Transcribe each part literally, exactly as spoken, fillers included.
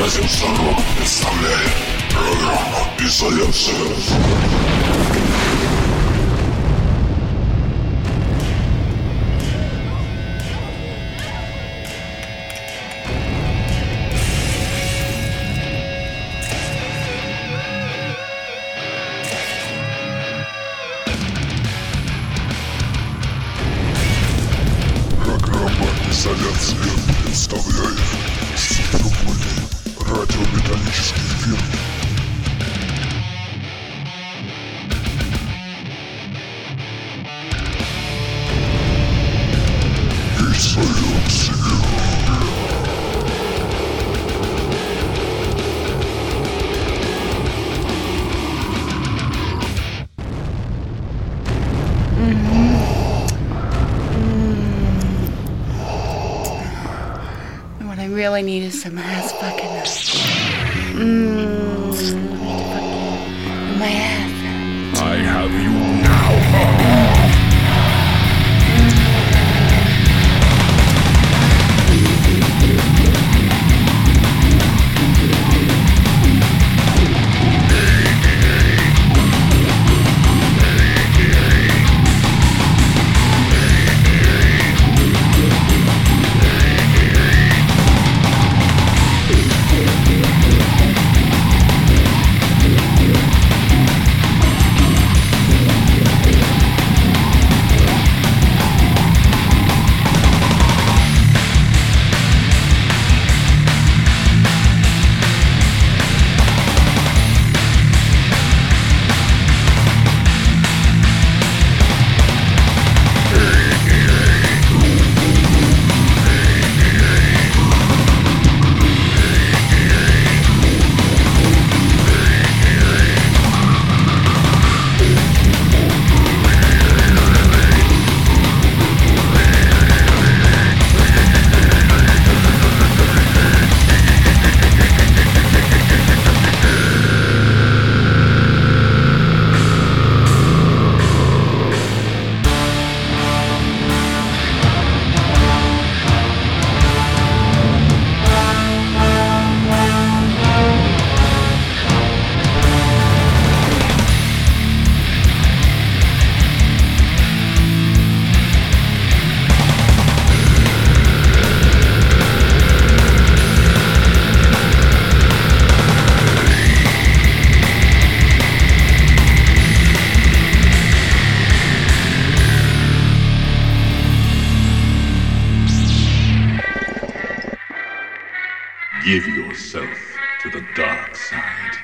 Радио Рок представляет программу «Изоляция». Программа «Изоляция» представляет супергульный радиометаллический эфир. Изоляция. What I really need is some ass fucking. Mmm. Fucking my ass. I have you now. Give yourself to the dark side.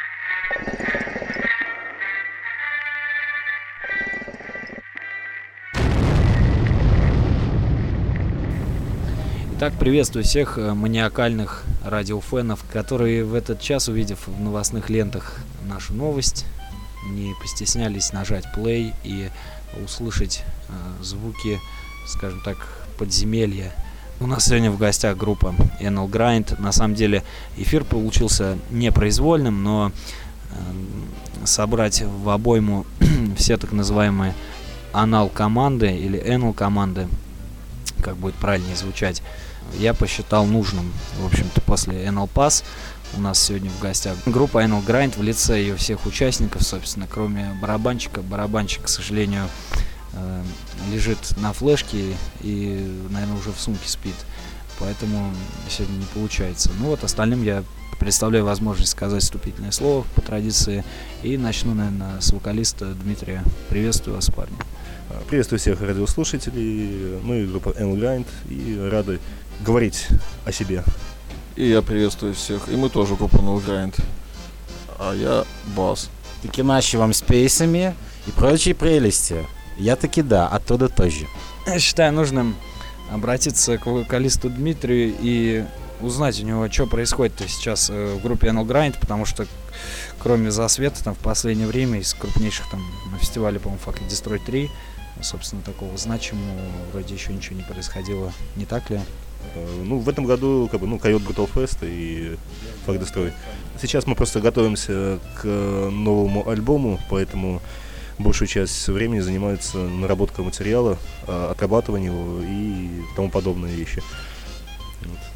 Итак, приветствую всех маниакальных радиофенов, которые в этот час, увидев в новостных лентах нашу новость, не постеснялись нажать play и услышать э, звуки, скажем так, подземелья. У нас сегодня в гостях группа Anal Grind. На самом деле эфир получился непроизвольным, но э, собрать в обойму все так называемые анал команды или Anal команды, как будет правильнее звучать, я посчитал нужным. В общем-то, после Anal Pass у нас сегодня в гостях группа Anal Grind в лице ее всех участников, собственно, кроме барабанщика. Барабанщик, к сожалению, лежит на флешке и, наверное, уже в сумке спит, поэтому сегодня не получается. Ну вот, остальным я представляю возможность сказать вступительное слово по традиции и начну, наверное, с вокалиста Дмитрия. Приветствую вас, парни. Приветствую всех радиослушателей. Мы группа Anal Grind и рады говорить о себе. И я приветствую всех. И мы тоже группа Anal Grind. А я бас. Таки наши вам спейсами и прочие прелести. Я таки да, оттуда тоже. Я считаю нужным обратиться к вокалисту Дмитрию и узнать у него, что происходит сейчас в группе Anal Grind, потому что кроме Засвета там в последнее время из крупнейших там на фестивале, по-моему, Fuck It Destroy три, собственно, такого значимого вроде еще ничего не происходило, не так ли? Ну, в этом году, как бы, ну, Койот Brutal Fest и Fuck It Destroy. Сейчас мы просто готовимся к новому альбому, поэтому большую часть времени занимаются наработкой материала, отрабатыванием его и тому подобные вещи. Вот.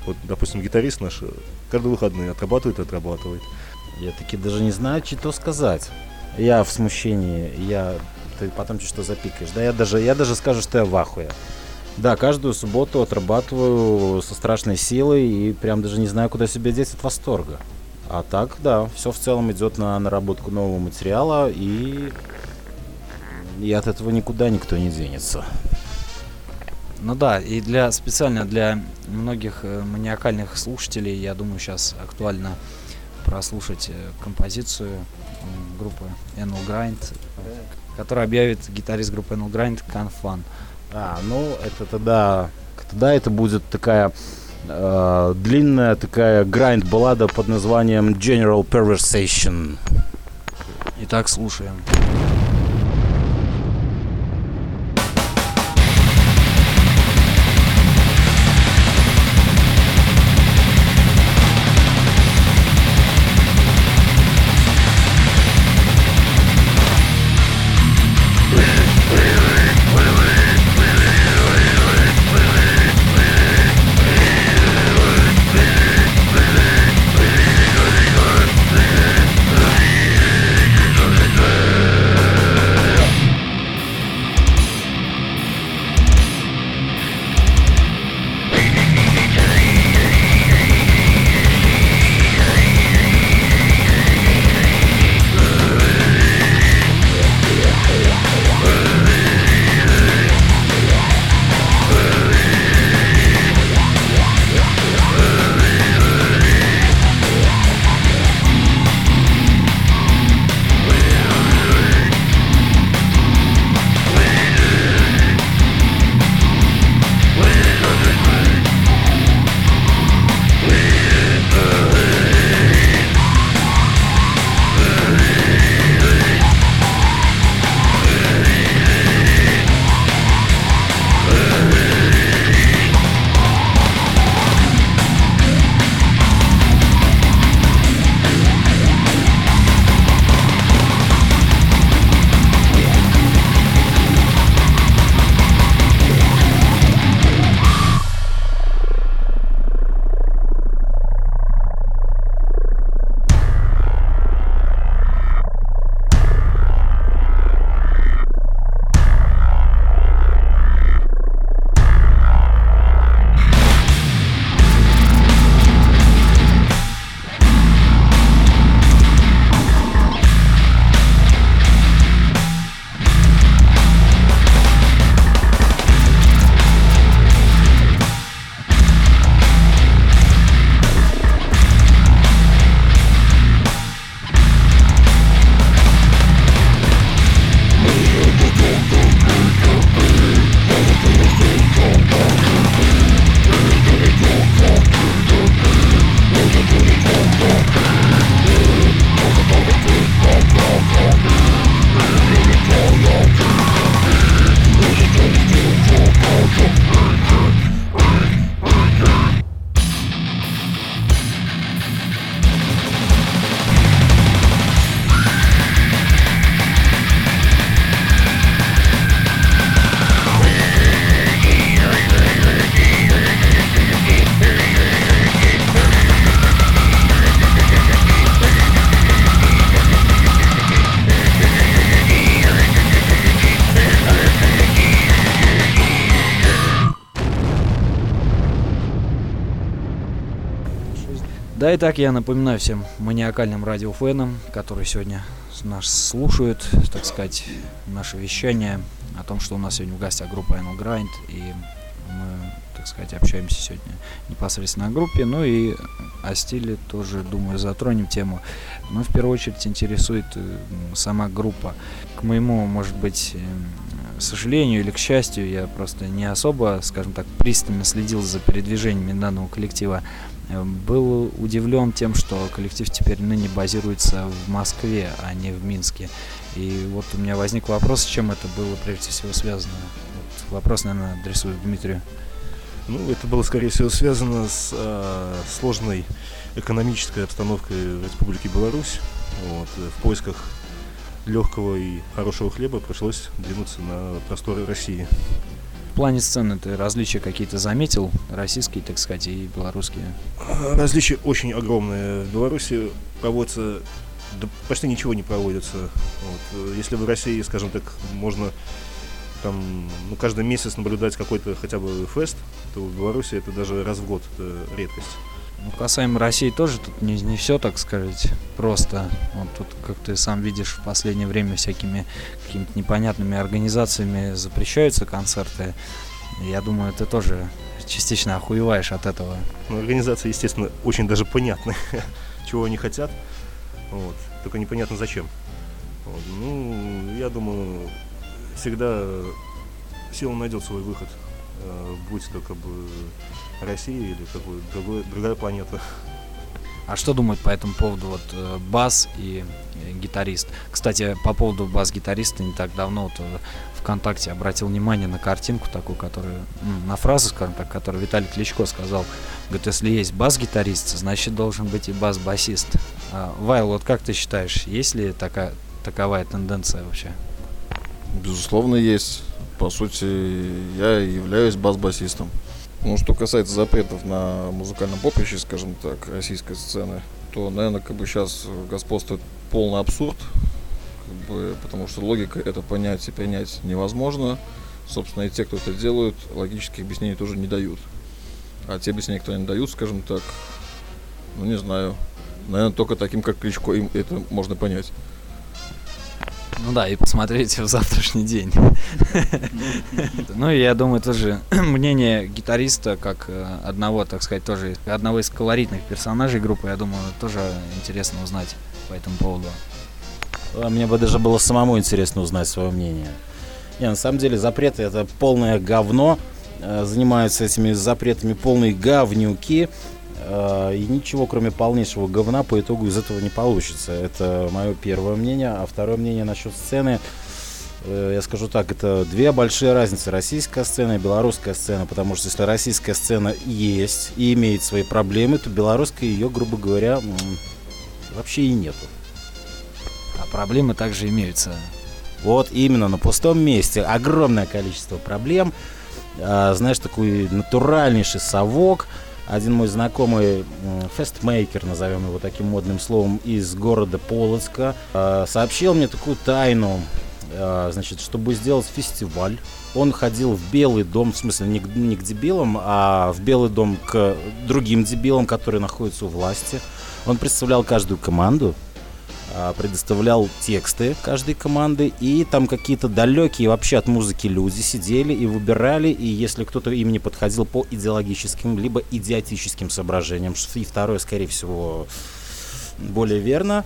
Вот, допустим, гитарист наш каждые выходные отрабатывает и отрабатывает. Я таки даже не знаю, что сказать. Я в смущении, я... Ты потом что запикаешь. Да, я даже, я даже скажу, что я в ахуе. Да, каждую субботу отрабатываю со страшной силой и прям даже не знаю, куда себя деть от восторга. А так, да, все в целом идет на наработку нового материала, и... и от этого никуда никто не денется. Ну да, и для специально для многих э, маниакальных слушателей, я думаю, сейчас актуально прослушать э, композицию э, группы Anal Grind, которая объявит гитарист группы Anal Grind Kanfan. А, ну это тогда, тогда это будет такая э, длинная такая грайнд-баллада под названием General Perversation. Итак, слушаем. Да, и так я напоминаю всем маниакальным радиофенам, которые сегодня нас слушают, так сказать, наше вещание о том, что у нас сегодня в гостях группа Anal Grind, и мы, так сказать, общаемся сегодня непосредственно о группе, ну и о стиле тоже, думаю, затронем тему. Но в первую очередь интересует сама группа. К моему, может быть, сожалению или к счастью, я просто не особо, скажем так, пристально следил за передвижениями данного коллектива. Был удивлен тем, что коллектив теперь ныне базируется в Москве, а не в Минске. И вот у меня возник вопрос, с чем это было прежде всего связано. Вот вопрос, наверное, адресую Дмитрию. Ну, это было, скорее всего, связано с э, сложной экономической обстановкой в Республике Беларусь. Вот, в поисках легкого и хорошего хлеба пришлось двинуться на просторы России. В плане сцены ты различия какие-то заметил? Российские, так сказать, и белорусские? Различия очень огромные. В Беларуси проводится, да почти ничего не проводится. Вот. Если в России, скажем так, можно там, ну, каждый месяц наблюдать какой-то хотя бы фест, то в Беларуси это даже раз в год, это редкость. Ну, касаемо России тоже тут не, не все, так сказать, просто. Вот тут, как ты сам видишь, в последнее время всякими какими-то непонятными организациями запрещаются концерты. Я думаю, ты тоже частично охуеваешь от этого. Ну, организации, естественно, очень даже понятны, чего они хотят, вот. Только непонятно зачем. Вот. Ну, я думаю, всегда сила найдет свой выход, будь то как бы Россия или как бы другой, другая планета. А что думают по этому поводу вот э, бас и э, гитарист? Кстати, по поводу бас-гитариста не так давно вот, э, ВКонтакте обратил внимание на картинку такую, которую, ну, на фразу, скажем так, которую Виталий Кличко сказал. Говорит, если есть бас-гитарист, значит должен быть и бас-басист. А, Вайл, вот как ты считаешь, есть ли такая, таковая тенденция вообще? Безусловно, есть. По сути, я являюсь бас-басистом. Ну, что касается запретов на музыкальном поприще, скажем так, российской сцены, то, наверное, как бы сейчас господствует полный абсурд, как бы, потому что логика это понять и принять невозможно. Собственно, и те, кто это делают, логических объяснений тоже не дают. А те объяснения, кто не дают, скажем так, ну, не знаю, наверное, только таким, как Кличко, им это можно понять. Ну да, и посмотреть в завтрашний день. Ну и я думаю, тоже мнение гитариста, как одного, так сказать, тоже одного из колоритных персонажей группы, я думаю, тоже интересно узнать по этому поводу. Мне бы даже было самому интересно узнать свое мнение. Не, на самом деле запреты — это полное говно. Занимаются этими запретами полные говнюки. И ничего, кроме полнейшего говна, по итогу из этого не получится. Это мое первое мнение. А второе мнение насчет сцены. Я скажу так, это две большие разницы. Российская сцена и белорусская сцена. Потому что если российская сцена есть и имеет свои проблемы, то белорусская ее, грубо говоря, вообще и нету. А проблемы также имеются. Вот именно, на пустом месте огромное количество проблем. Знаешь, такой натуральнейший совок. Один мой знакомый фестмейкер, назовем его таким модным словом, из города Полоцка, сообщил мне такую тайну. Значит, чтобы сделать фестиваль, он ходил в Белый дом, в смысле не, не к дебилам, а в Белый дом к другим дебилам, которые находятся у власти. Он представлял каждую команду, предоставлял тексты каждой команды, и там какие-то далекие вообще от музыки люди сидели и выбирали, и если кто-то им не подходил по идеологическим либо идиотическим соображениям, и второе, скорее всего, более верно,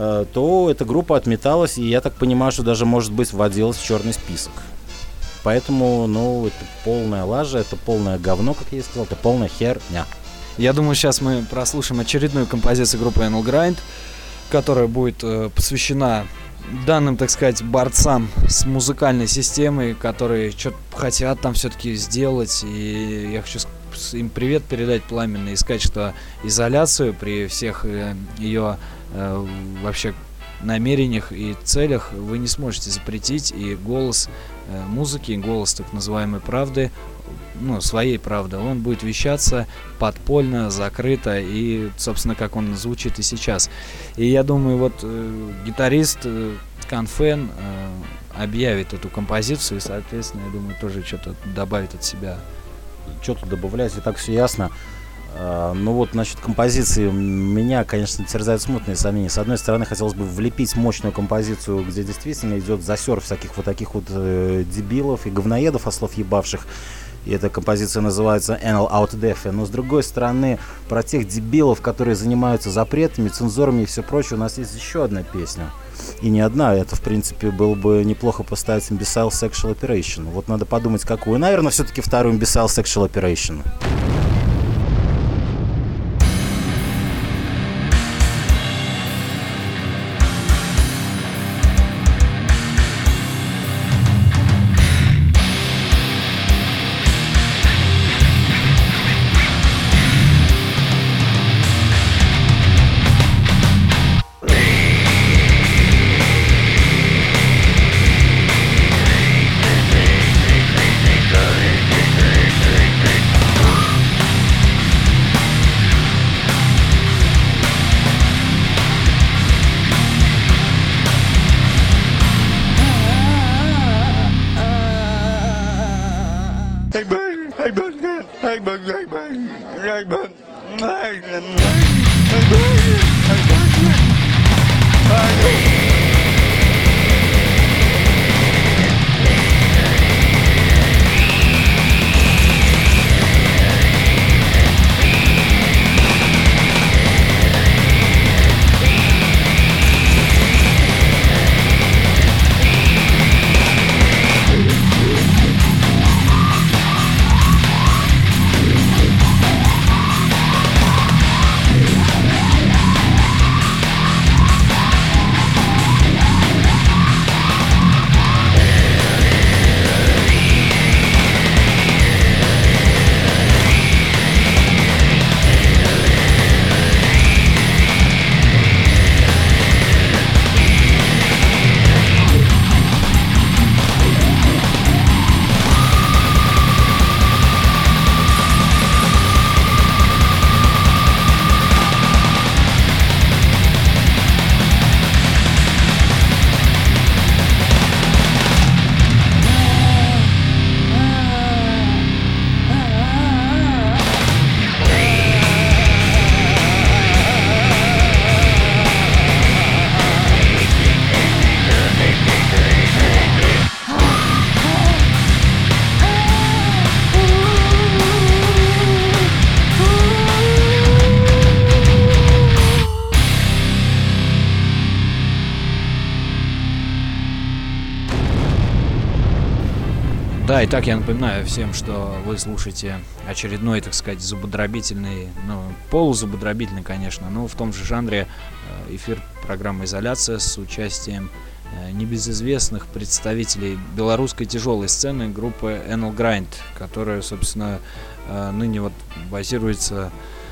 то эта группа отметалась, и я так понимаю, что даже, может быть, вводилась в черный список. Поэтому, ну, это полная лажа, это полное говно, как я и сказал, это полная херня. Я думаю, сейчас мы прослушаем очередную композицию группы Anal Grind, которая будет э, посвящена данным, так сказать, борцам с музыкальной системой, которые что-то хотят там все-таки сделать. И я хочу им привет передать пламенный и сказать, что изоляцию при всех э, ее э, вообще намерениях и целях вы не сможете запретить. И голос э, музыки, голос так называемой правды, ну, своей правды, он будет вещаться подпольно, закрыто, и, собственно, как он звучит и сейчас. И я думаю, вот э, гитарист э, Конфен э, объявит эту композицию, и, соответственно, я думаю, тоже что-то добавит от себя. Что-то добавлять, и так все ясно. Uh, ну вот, насчет композиции меня, конечно, терзают смутные сомнения. С одной стороны, хотелось бы влепить мощную композицию, где действительно идет засер всяких вот таких вот э, дебилов и говноедов, ослов ебавших. И эта композиция называется Anal Out Deaf. Но с другой стороны, про тех дебилов, которые занимаются запретами, цензурами и все прочее, у нас есть еще одна песня. И не одна, это, в принципе, было бы неплохо поставить Imbecile Sexual Operation. Вот надо подумать, какую. Наверное, все-таки вторую Imbecile Sexual Operation. Sorry. Да, итак, я напоминаю всем, что вы слушаете очередной, так сказать, зубодробительный, ну, полузубодробительный, конечно, но в том же жанре эфир программы «Изоляция» с участием небезызвестных представителей белорусской тяжелой сцены группы Anal Grind, которая, собственно, ныне вот базируется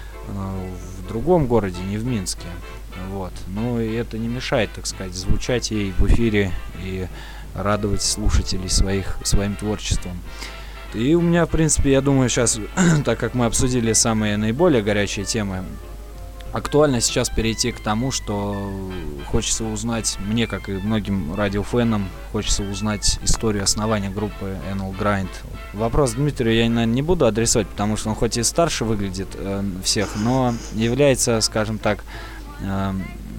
в другом городе, не в Минске. Вот. Но и это не мешает, так сказать, звучать ей в эфире и радовать слушателей своих, своим творчеством. И у меня, в принципе, я думаю, сейчас, так как мы обсудили самые наиболее горячие темы, актуально сейчас перейти к тому, что хочется узнать, мне, как и многим радиофенам, хочется узнать историю основания группы Anal Grind. Вопрос Дмитрию я, наверное, не буду адресовать, потому что он хоть и старше выглядит э, всех, но является, скажем так, э,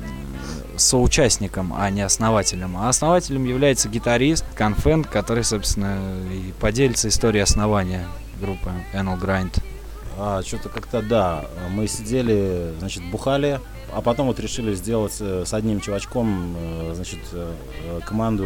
соучастником, а не основателем. А основателем является гитарист Конфен, который, собственно, и поделится историей основания группы Anal Grind. А, что-то как-то, да, мы сидели, значит, бухали, а потом вот решили сделать с одним чувачком, значит, команду.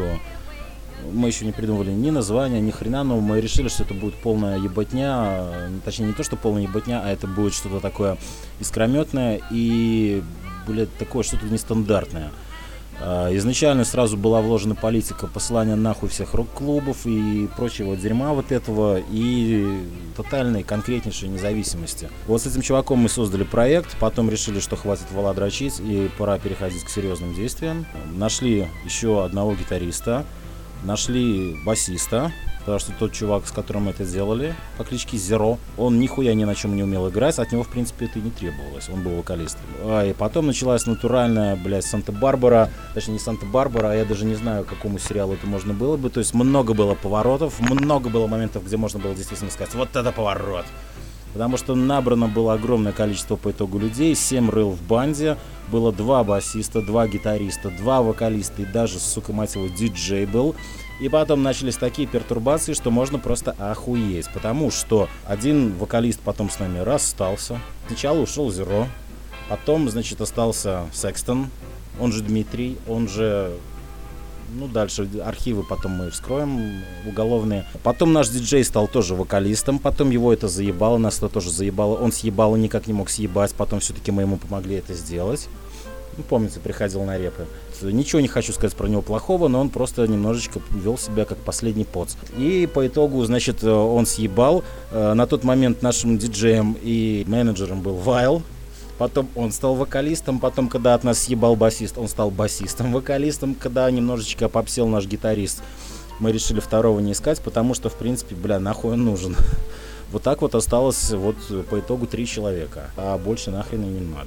Мы еще не придумывали ни названия, ни хрена, но мы решили, что это будет полная ебатня, точнее, не то, что полная ебатня, а это будет что-то такое искрометное и, блядь, такое что-то нестандартное. Изначально сразу была вложена политика посылания нахуй всех рок-клубов и прочего дерьма вот этого, и тотальной, конкретнейшей независимости. Вот с этим чуваком мы создали проект, потом решили, что хватит вала дрочить и пора переходить к серьезным действиям. Нашли еще одного гитариста, нашли басиста, потому что тот чувак, с которым мы это сделали, по кличке Zero, он нихуя ни на чем не умел играть, от него, в принципе, это и не требовалось, он был вокалистом. А, и потом началась натуральная, блядь, Санта-Барбара, точнее, не Санта-Барбара, а я даже не знаю, какому сериалу это можно было бы, то есть много было поворотов, много было моментов, где можно было действительно сказать, вот это поворот. Потому что набрано было огромное количество по итогу людей, семь рыл в банде, было два басиста, два гитариста, два вокалиста и даже, сука, мать его, диджей был. И потом начались такие пертурбации, что можно просто охуеть. Потому что один вокалист потом с нами расстался. Сначала ушел Zero, потом, значит, остался Секстон, он же Дмитрий, он же... Ну, дальше архивы потом мы вскроем, уголовные. Потом наш диджей стал тоже вокалистом, потом его это заебало, нас это тоже заебало. Он съебал и никак не мог съебать, потом все-таки мы ему помогли это сделать. Ну, помните, приходил на репы. Ничего не хочу сказать про него плохого, но он просто немножечко вел себя как последний поц. И по итогу, значит, он съебал. На тот момент нашим диджеем и менеджером был Вайл. Потом он стал вокалистом, потом, когда от нас съебал басист, он стал басистом-вокалистом, когда немножечко попсел наш гитарист. Мы решили второго не искать, потому что, в принципе, бля, нахуй он нужен. Вот так вот осталось вот по итогу три человека, а больше нахрен и не надо.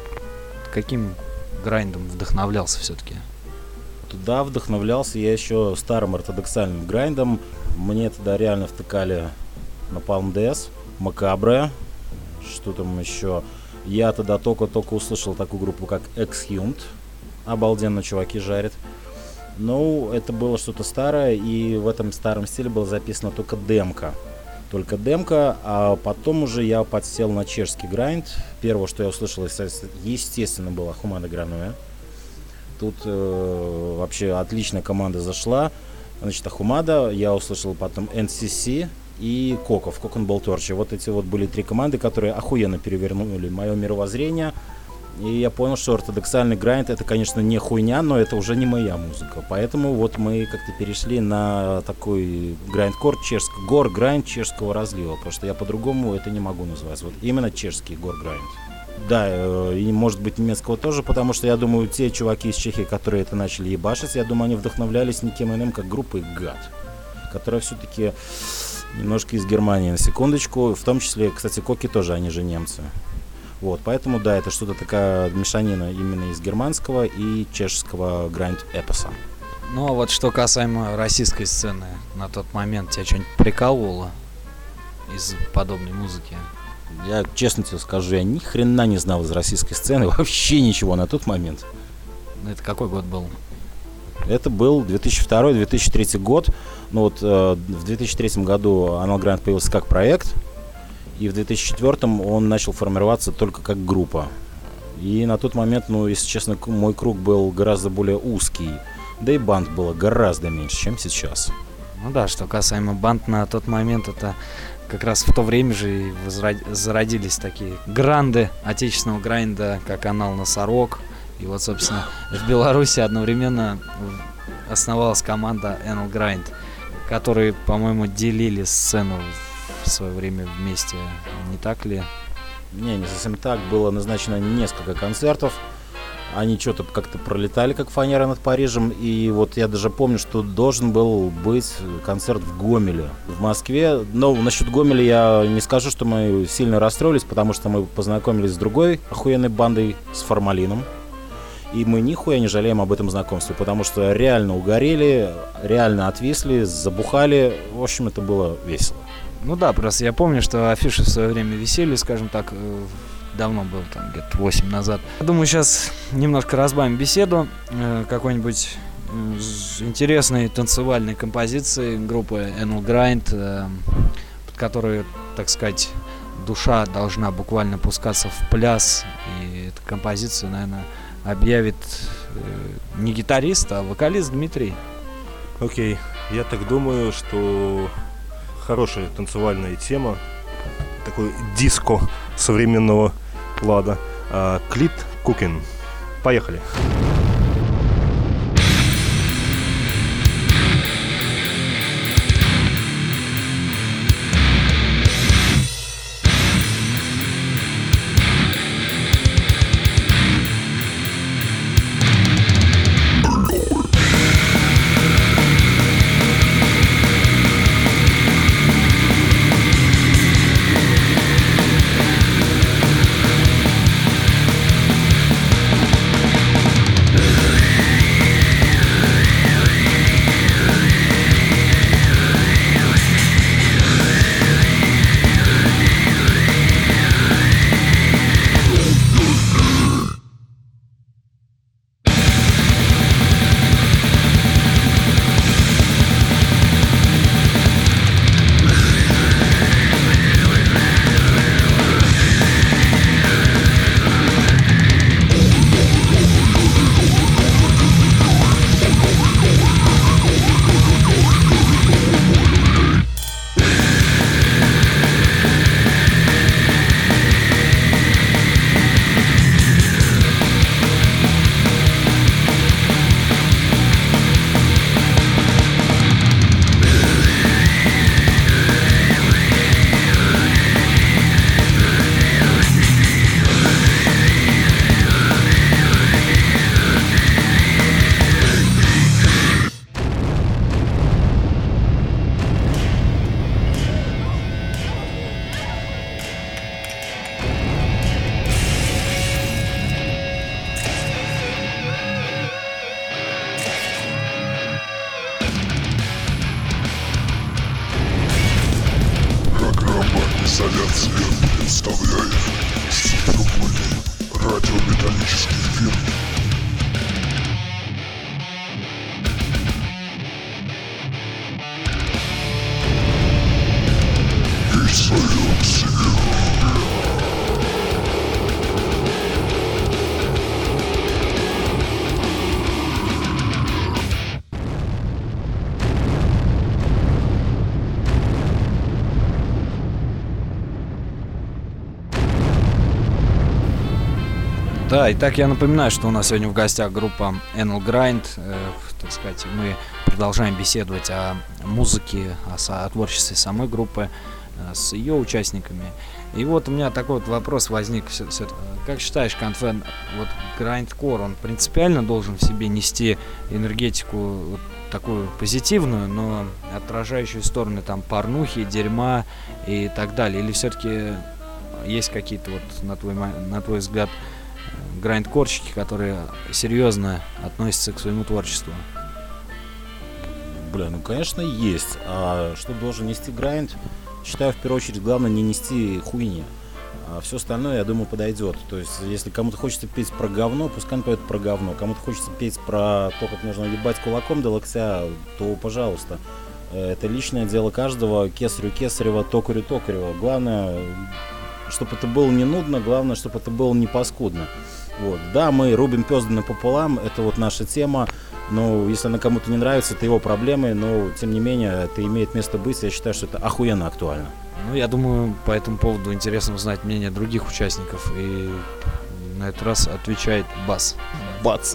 Каким грайндом вдохновлялся все-таки? Туда вдохновлялся я еще старым ортодоксальным грайндом. Мне тогда реально втыкали на Palm ди эс. Макабре, что там еще. Я тогда только-только услышал такую группу, как Exhumed. Обалденно чуваки жарят. Ну, это было что-то старое, и в этом старом стиле было записано только демка. Только демка, а потом уже я подсел на чешский грайнд. Первое, что я услышал, естественно, была Humada Granue. Тут э, вообще отличная команда зашла. Значит, Humada, я услышал потом эн си си и Коков, Cockenball Torch. Вот эти вот были три команды, которые охуенно перевернули мое мировоззрение. И я понял, что ортодоксальный грайнд — это, конечно, не хуйня, но это уже не моя музыка. Поэтому вот мы как-то перешли на такой грайндкор, чешский гор-грайнд чешского разлива. Потому что я по-другому это не могу назвать. Вот именно чешский гор-грайнд. Да, и может быть немецкого тоже, потому что я думаю, те чуваки из Чехии, которые это начали ебашить, я думаю, они вдохновлялись никем иным, как группой ГАД, которая все-таки немножко из Германии, на секундочку. В том числе, кстати, Коки тоже, они же немцы. Вот, поэтому, да, это что-то такая мешанина именно из германского и чешского грайнд-эпоса. Ну, а вот что касаемо российской сцены, на тот момент тебя что-нибудь прикалывало из подобной музыки? Я честно тебе скажу, я ни хрена не знал из российской сцены, вообще ничего на тот момент. Это какой год был? Это был две тысячи второй - две тысячи третий год. Ну вот э, в две тысячи третьем году Anal Grind появился как проект. И в две тысячи четвёртом он начал формироваться только как группа. И на тот момент, ну, если честно, мой круг был гораздо более узкий. Да и банд было гораздо меньше, чем сейчас. Ну да, что касаемо банд, на тот момент это как раз в то время же и возрод... зародились такие гранды отечественного грайнда, как Анал Носорог. И вот, собственно, в Беларуси одновременно основалась команда Anal Grind, которые, по-моему, делили сцену в свое время вместе, не так ли? Не, не совсем так. Было назначено несколько концертов. Они что-то как-то пролетали, как фанера над Парижем. И вот я даже помню, что должен был быть концерт в Гомеле, в Москве. Но насчет Гомеля я не скажу, что мы сильно расстроились, потому что мы познакомились с другой охуенной бандой, с Формалином. И мы нихуя не жалеем об этом знакомстве, потому что реально угорели, реально отвисли, забухали. В общем, это было весело. Ну да, просто я помню, что афиши в свое время висели, скажем так, давно было, там где-то восемь назад. Думаю, сейчас немножко разбавим беседу какой-нибудь интересной танцевальной композиции группы Anal Grind, под которой, так сказать, душа должна буквально пускаться в пляс. И эту композицию, наверное, объявит не гитарист, а вокалист Дмитрий. Окей, я так думаю, что хорошая танцевальная тема, такой диско современного лада. Клит Кукин. Поехали. Цвет представляет супербольный радиометаллический эфир. И своем себе. Да, итак, я напоминаю, что у нас сегодня в гостях группа Anal Grind. Э, так сказать, мы продолжаем беседовать о музыке, о, со- о творчестве самой группы э, с ее участниками. И вот у меня такой вот вопрос возник. Всё- всё- Как считаешь, Конфен, вот грайндкор, он принципиально должен в себе нести энергетику вот такую позитивную, но отражающую стороны там порнухи, дерьма и так далее? Или все-таки есть какие-то, вот на твой, мо- на твой взгляд, грайндкорщики, которые серьезно относятся к своему творчеству? Бля, ну конечно есть. А что должен нести грайнд? Считаю, в первую очередь, главное не нести хуйни. А все остальное, я думаю, подойдет. То есть, если кому-то хочется петь про говно, пускай он поет про говно. Кому-то хочется петь про то, как нужно ебать кулаком до локтя, то пожалуйста. Это личное дело каждого. Кесарю кесарева, токарю токарева. Главное, чтобы это было не нудно, главное, чтобы это было не паскудно. Вот. Да, мы рубим пёзды напополам, это вот наша тема. Но если она кому-то не нравится, это его проблемы. Но, тем не менее, это имеет место быть. Я считаю, что это охуенно актуально. Ну, я думаю, по этому поводу интересно узнать мнение других участников. И на этот раз отвечает Бас. Бац!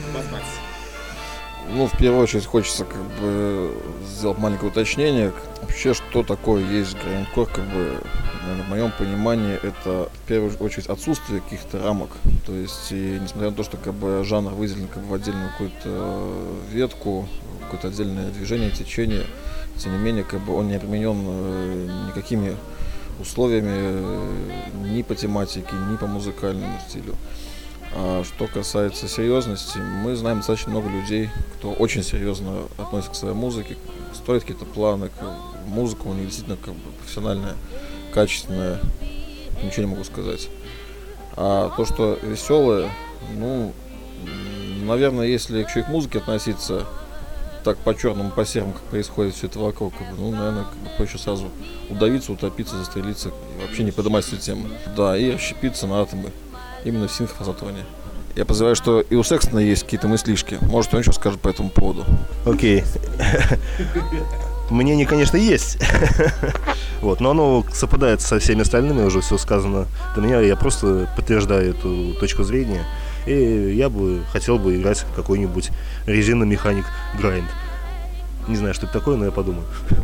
Ну, в первую очередь хочется как бы сделать маленькое уточнение. Вообще, что такое есть грайндкор, как бы, наверное, в моем понимании, это в первую очередь отсутствие каких-то рамок. То есть, и несмотря на то, что как бы жанр выделен как бы в отдельную какую-то ветку, какое-то отдельное движение, течение, тем не менее, как бы он не обременен никакими условиями ни по тематике, ни по музыкальному стилю. А что касается серьезности, мы знаем достаточно много людей, кто очень серьезно относится к своей музыке, строит какие-то планы. Музыка у них действительно как бы профессиональная, качественная, ничего не могу сказать. А то, что веселое, ну, наверное, если еще и к музыке относиться так по-черному, по-серому, как происходит все это вокруг, как бы, ну, наверное, как бы проще сразу удавиться, утопиться, застрелиться, и вообще не поднимать всю тему. Да, и расщепиться на атомы. Именно в синхрофазотроне. Я подозреваю, что и у Секстона есть какие-то мыслишки. Может, он еще скажет по этому поводу. Окей. Мнение, конечно, есть. Вот, но оно совпадает со всеми остальными, уже все сказано до меня. Я просто подтверждаю эту точку зрения. И я бы хотел бы играть в какой-нибудь резиномеханик грайнд. Не знаю, что это такое, но я подумаю.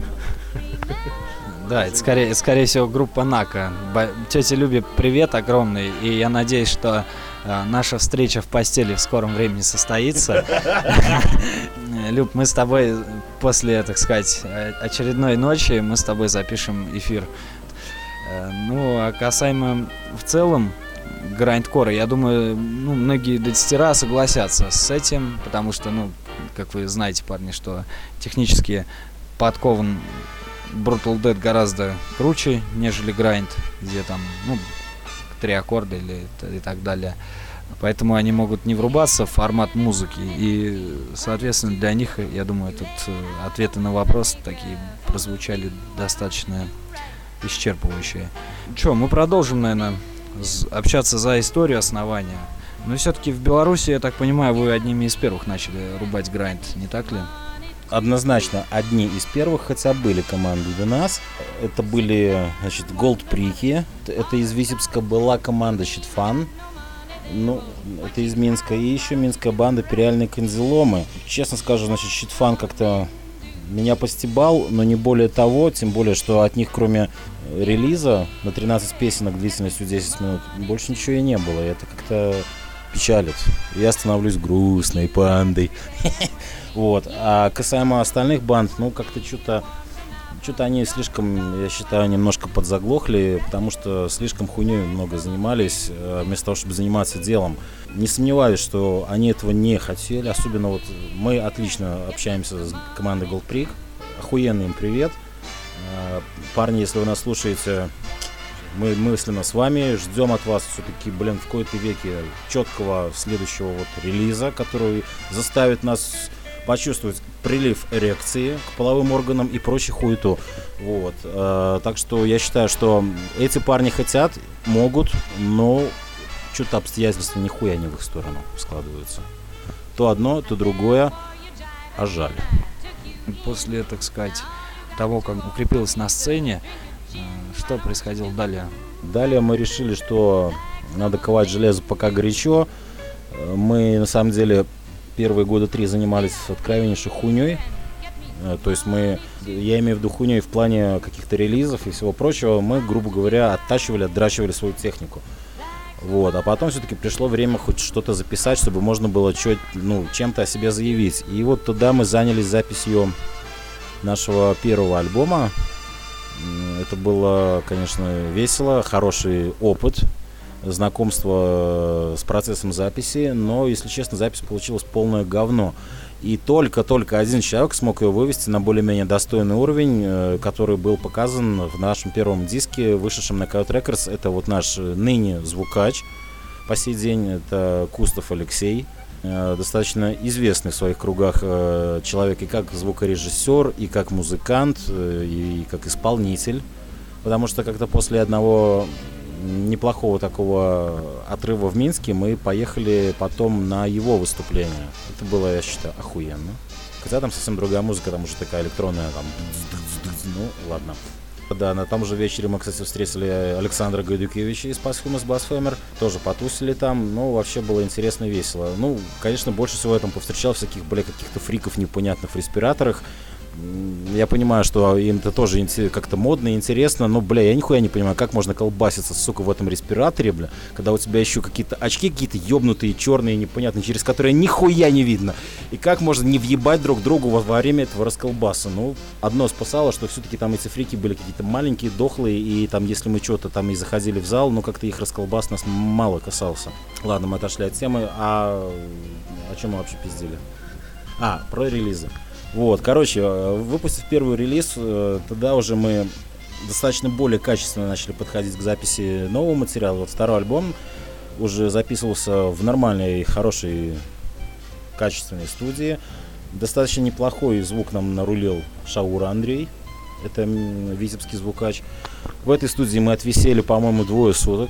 Да, это скорее, скорее всего группа Нака. Бо- Тете Любе привет огромный, и я надеюсь, что э, наша встреча в постели в скором времени состоится. Люб, мы с тобой после, так сказать, э, очередной ночи, мы с тобой запишем эфир. Э, Ну, а касаемо в целом грайндкора, я думаю, ну, многие дедстера согласятся с этим, потому что, ну, как вы знаете, парни, что технически подкован Brutal Dead гораздо круче, нежели Grind, где там, ну, три аккорда или т- и так далее. Поэтому они могут не врубаться в формат музыки. И, соответственно, для них, я думаю, тут э, ответы на вопросы такие прозвучали достаточно исчерпывающие. Че, мы продолжим, наверное, з- общаться за историю основания. Но все-таки в Беларуси, я так понимаю, вы одними из первых начали рубать Grind, не так ли? Однозначно одни из первых, хотя были команды до нас. Это были, значит, Голдприки. Это из Витебска была команда Щитфан. Ну, это из Минска. И еще минская банда Пиреальные Канзеломы. Честно скажу, значит, Щитфан как-то меня постебал, но не более того. Тем более, что от них, кроме релиза на тринадцать песенок длительностью десять минут, больше ничего и не было. И это как-то печалит. Я становлюсь грустной пандой. Вот. А касаемо остальных банд, ну, как-то что-то что-то они слишком, я считаю, немножко подзаглохли, потому что слишком хуйней много занимались, вместо того, чтобы заниматься делом. Не сомневаюсь, что они этого не хотели, особенно вот мы отлично общаемся с командой Gold Prick. Охуенный им привет. Парни, если вы нас слушаете, Мы мысленно с вами ждем от вас все-таки, блин, в кои-то веке четкого следующего вот релиза, который заставит нас почувствовать прилив эрекции к половым органам и прочей хуету. Вот. Э, так что я считаю, что эти парни хотят, могут, но что-то обстоятельства нихуя не в их сторону складываются. То одно, то другое, а жаль. После, так сказать, того, как укрепилась на сцене, что происходило далее? Далее мы решили, что надо ковать железо пока горячо. Мы, на самом деле, первые года три занимались откровеннейшей хуйней. То есть мы, я имею в виду хуйней в плане каких-то релизов и всего прочего, мы, грубо говоря, оттачивали, отдрачивали свою технику. Вот. А потом все-таки пришло время хоть что-то записать, чтобы можно было чё, ну, чем-то о себе заявить. И вот туда мы занялись записью нашего первого альбома. Это было, конечно, весело, хороший опыт, знакомство с процессом записи, но, если честно, запись получилась полное говно. И только-только один человек смог ее вывести на более-менее достойный уровень, который был показан в нашем первом диске, вышедшем на Coyote Records. Это вот наш ныне звукач по сей день, это Кустов Алексей. Достаточно известный в своих кругах человек и как звукорежиссер, и как музыкант, и как исполнитель. Потому что как-то после одного неплохого такого отрыва в Минске мы поехали потом на его выступление. Это было, я считаю, охуенно. Хотя там совсем другая музыка, там уже такая электронная, там... Ну, ладно. Да, на том же вечере мы, кстати, встретили Александра Гайдукевича из Posthumous Blasphemers. Тоже потусили там, ну, вообще было интересно и весело. Ну, конечно, больше всего я там повстречал всяких, бля, каких-то фриков непонятных в респираторах. Я понимаю, что им это тоже как-то модно и интересно, но, бля, я нихуя не понимаю, как можно колбаситься, сука, в этом респираторе, бля, когда у тебя еще какие-то очки какие-то ебнутые, черные, непонятные, через которые нихуя не видно. И как можно не въебать друг другу во время этого расколбаса? Ну, одно спасало, что все-таки там эти фрики были какие-то маленькие, дохлые, и там, если мы что-то там и заходили в зал, ну, как-то их расколбас нас мало касался. Ладно, мы отошли от темы, а о чем мы вообще пиздили? А, про релизы. Вот, короче, выпустив первый релиз, тогда уже мы достаточно более качественно начали подходить к записи нового материала. Вот второй альбом уже записывался в нормальной, хорошей, качественной студии. Достаточно неплохой звук нам нарулил Шаура Андрей, это витебский звукач. В этой студии мы отвисели, по-моему, двое суток.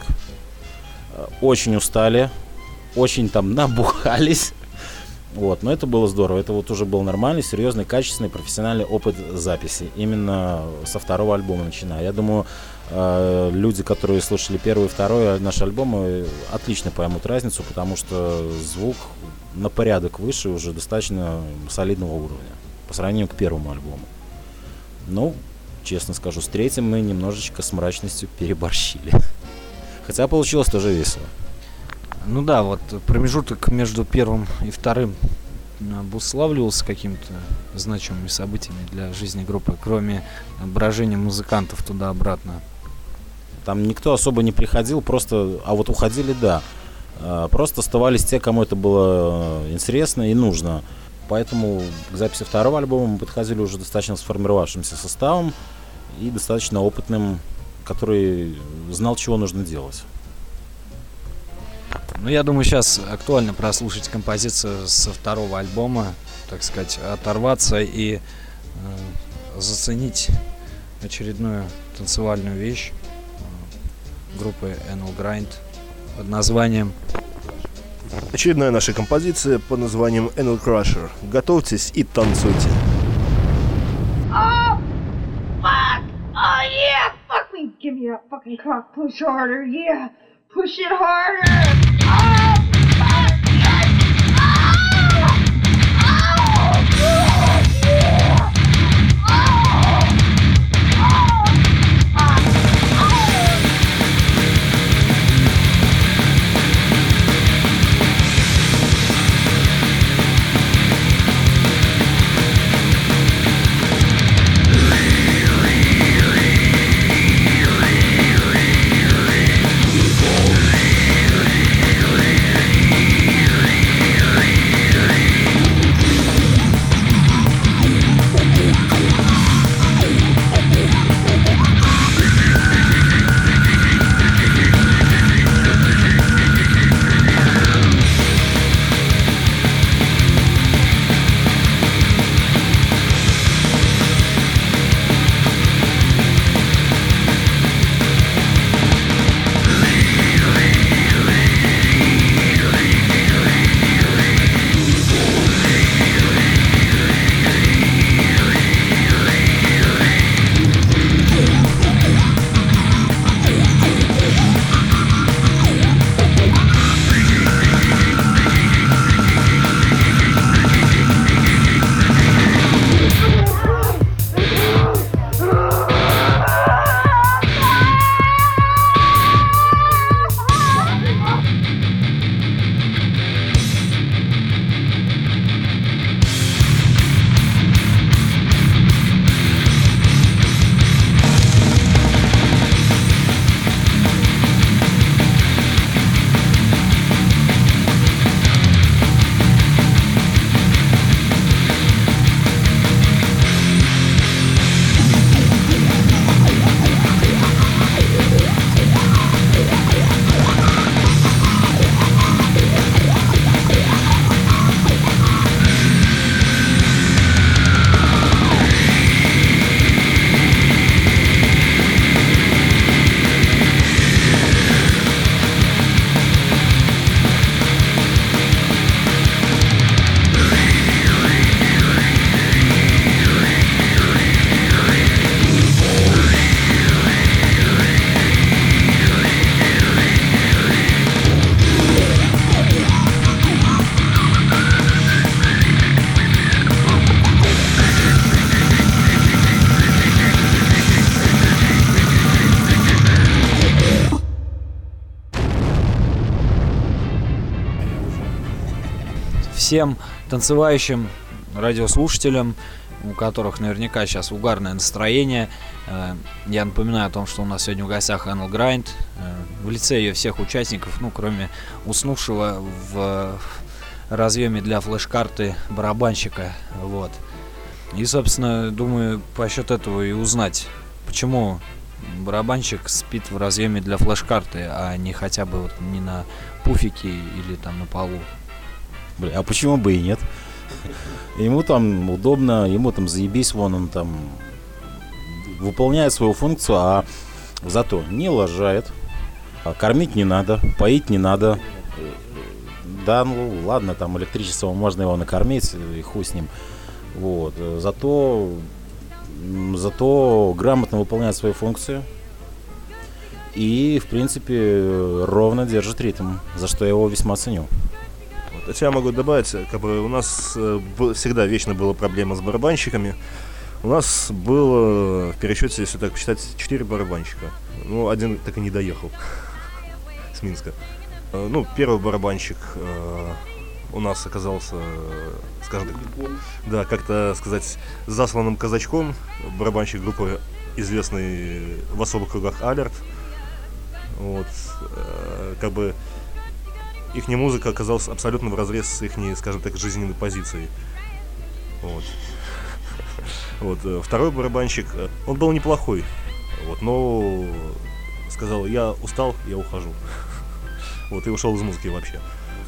Очень устали, очень там набухались. Вот, но это было здорово, это вот уже был нормальный, серьезный, качественный, профессиональный опыт записи, именно со второго альбома начиная. Я думаю, э, люди, которые слушали первый и второй наши альбомы, отлично поймут разницу, потому что звук на порядок выше, уже достаточно солидного уровня по сравнению к первому альбому. Ну, честно скажу, с третьим мы немножечко с мрачностью переборщили. Хотя получилось тоже весело. Ну да, вот промежуток между первым и вторым обуславливался какими-то значимыми событиями для жизни группы, кроме брожения музыкантов туда-обратно. Там никто особо не приходил, просто, а вот уходили, да. Просто оставались те, кому это было интересно и нужно. Поэтому к записи второго альбома мы подходили уже достаточно сформировавшимся составом и достаточно опытным, который знал, чего нужно делать. Ну, я думаю, сейчас актуально прослушать композицию со второго альбома, так сказать, оторваться и э, заценить очередную танцевальную вещь э, группы Anal Grind под названием... Очередная наша композиция под названием Anal Crusher. Готовьтесь и танцуйте. Oh, fuck! Oh, yeah! Fuck me! Give me that fucking cock. Push harder, yeah! Push it harder! Oh, fuck! Yes! Oh! Oh! Good! Yeah! Oh! Oh! Fuck! Oh! We'll be right back. всем танцевающим радиослушателям, у которых наверняка сейчас угарное настроение. Я напоминаю о том, что у нас сегодня в гостях Anal Grind, в лице ее всех участников, ну, кроме уснувшего в разъеме для флеш-карты барабанщика. Вот. И, собственно, думаю, по счет этого и узнать, почему барабанщик спит в разъеме для флеш-карты, а не хотя бы вот не на пуфике или там на полу. Бля, а почему бы и нет? Ему там удобно, ему там заебись, вон он там выполняет свою функцию, а зато не лажает, а кормить не надо, поить не надо. Да, ну ладно, там электричество можно его накормить, и хуй с ним. Вот. Зато, зато грамотно выполняет свою функцию и, в принципе, ровно держит ритм, за что я его весьма ценю. От себя могу добавить, как бы у нас э, б- всегда вечно была проблема с барабанщиками. У нас было в пересчете, если так считать, четыре барабанщика. Ну, один так и не доехал с Минска. Э, ну, первый барабанщик э, у нас оказался, э, скажем так, да, как-то сказать, засланным казачком. Барабанщик группы, известный в особых кругах, Алерт. Вот, э, как бы их музыка оказалась абсолютно вразрез с их, скажем так, жизненной позицией. Вот. Вот. Второй барабанщик, он был неплохой, вот, но сказал: я устал, я ухожу. Вот, и ушел из музыки вообще.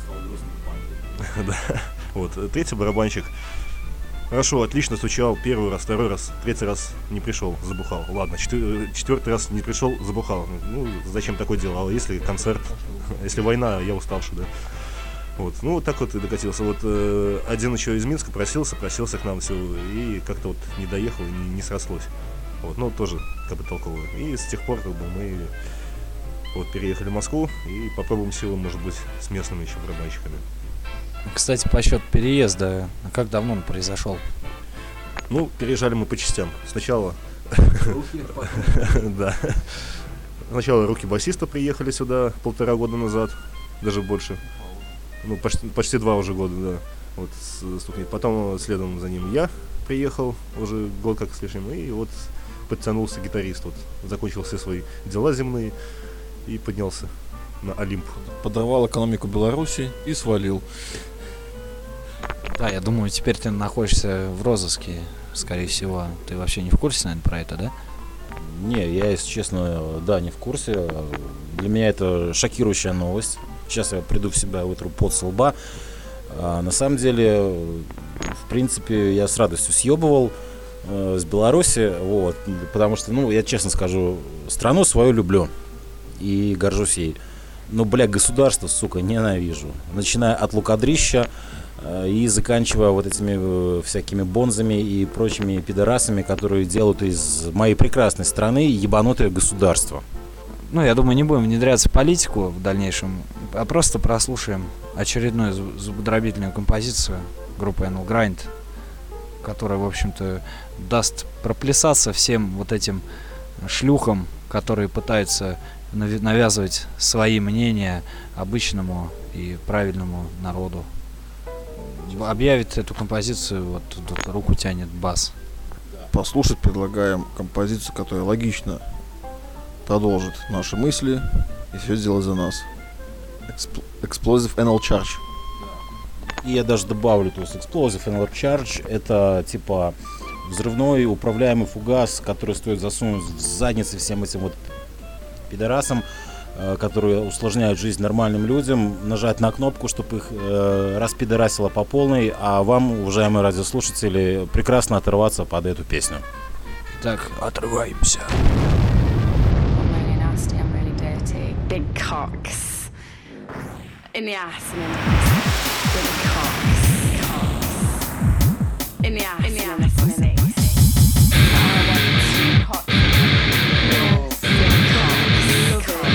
Вот. Третий барабанщик хорошо, отлично стучал первый раз, второй раз, третий раз не пришел, забухал. Ладно, четвер- четвертый раз не пришел, забухал. Ну, зачем такое дело? А если концерт, если война, я уставший, да. Вот, ну вот так вот и докатился. Вот э, один еще из Минска просился, просился к нам все, и как-то вот не доехал, не, не срослось. Вот, ну тоже как бы толково. И с тех пор как бы мы вот переехали в Москву и попробуем силы, может быть, с местными еще барабанщиками. Кстати, по счету переезда, как давно он произошел? Ну, переезжали мы по частям. Сначала... Да. Сначала руки басиста приехали сюда полтора года назад, даже больше. Ну, почти, почти два уже года, да. Вот, стукнет. Потом следом за ним я приехал, уже год как с лишним, и вот подтянулся гитарист. Вот, закончил все свои дела земные и поднялся на Олимп. Подорвал экономику Беларуси и свалил. Да, я думаю, теперь ты находишься в розыске, скорее всего. Ты вообще не в курсе, наверное, про это, да? Не, я, если честно, да, не в курсе. Для меня это шокирующая новость. Сейчас я приду в себя, вытру пот со лба. А на самом деле, в принципе, я с радостью съебывал э, с Беларуси, вот, потому что, ну, я честно скажу, страну свою люблю и горжусь ей. Но, бля, государство, сука, ненавижу. Начиная от лукадрища э, и заканчивая вот этими э, всякими бонзами и прочими пидорасами, которые делают из моей прекрасной страны ебанутое государство. Ну, я думаю, не будем внедряться в политику в дальнейшем, а просто прослушаем очередную зубодробительную композицию группы Anal Grind, которая, в общем-то, даст проплясаться всем вот этим шлюхам, которые пытаются навязывать свои мнения обычному и правильному народу. Объявит эту композицию, вот тут руку тянет бас. Послушать предлагаем композицию, которая логично продолжит наши мысли и все сделать за нас. Expl- Explosive Anal Charge. И я даже добавлю, то есть Explosive Anal Charge — это типа взрывной управляемый фугас, который стоит засунуть в задницы всем этим вот пидорасам, э, которые усложняют жизнь нормальным людям, нажать на кнопку, чтобы их э, распидорасило по полной, а вам, уважаемые радиослушатели, прекрасно оторваться под эту песню. Итак, отрываемся. Big cocks in the ass and in the pussy. Big cocks, cocks in the ass, in the ass and in the pussy. I want hot balls, big cocks, cocks.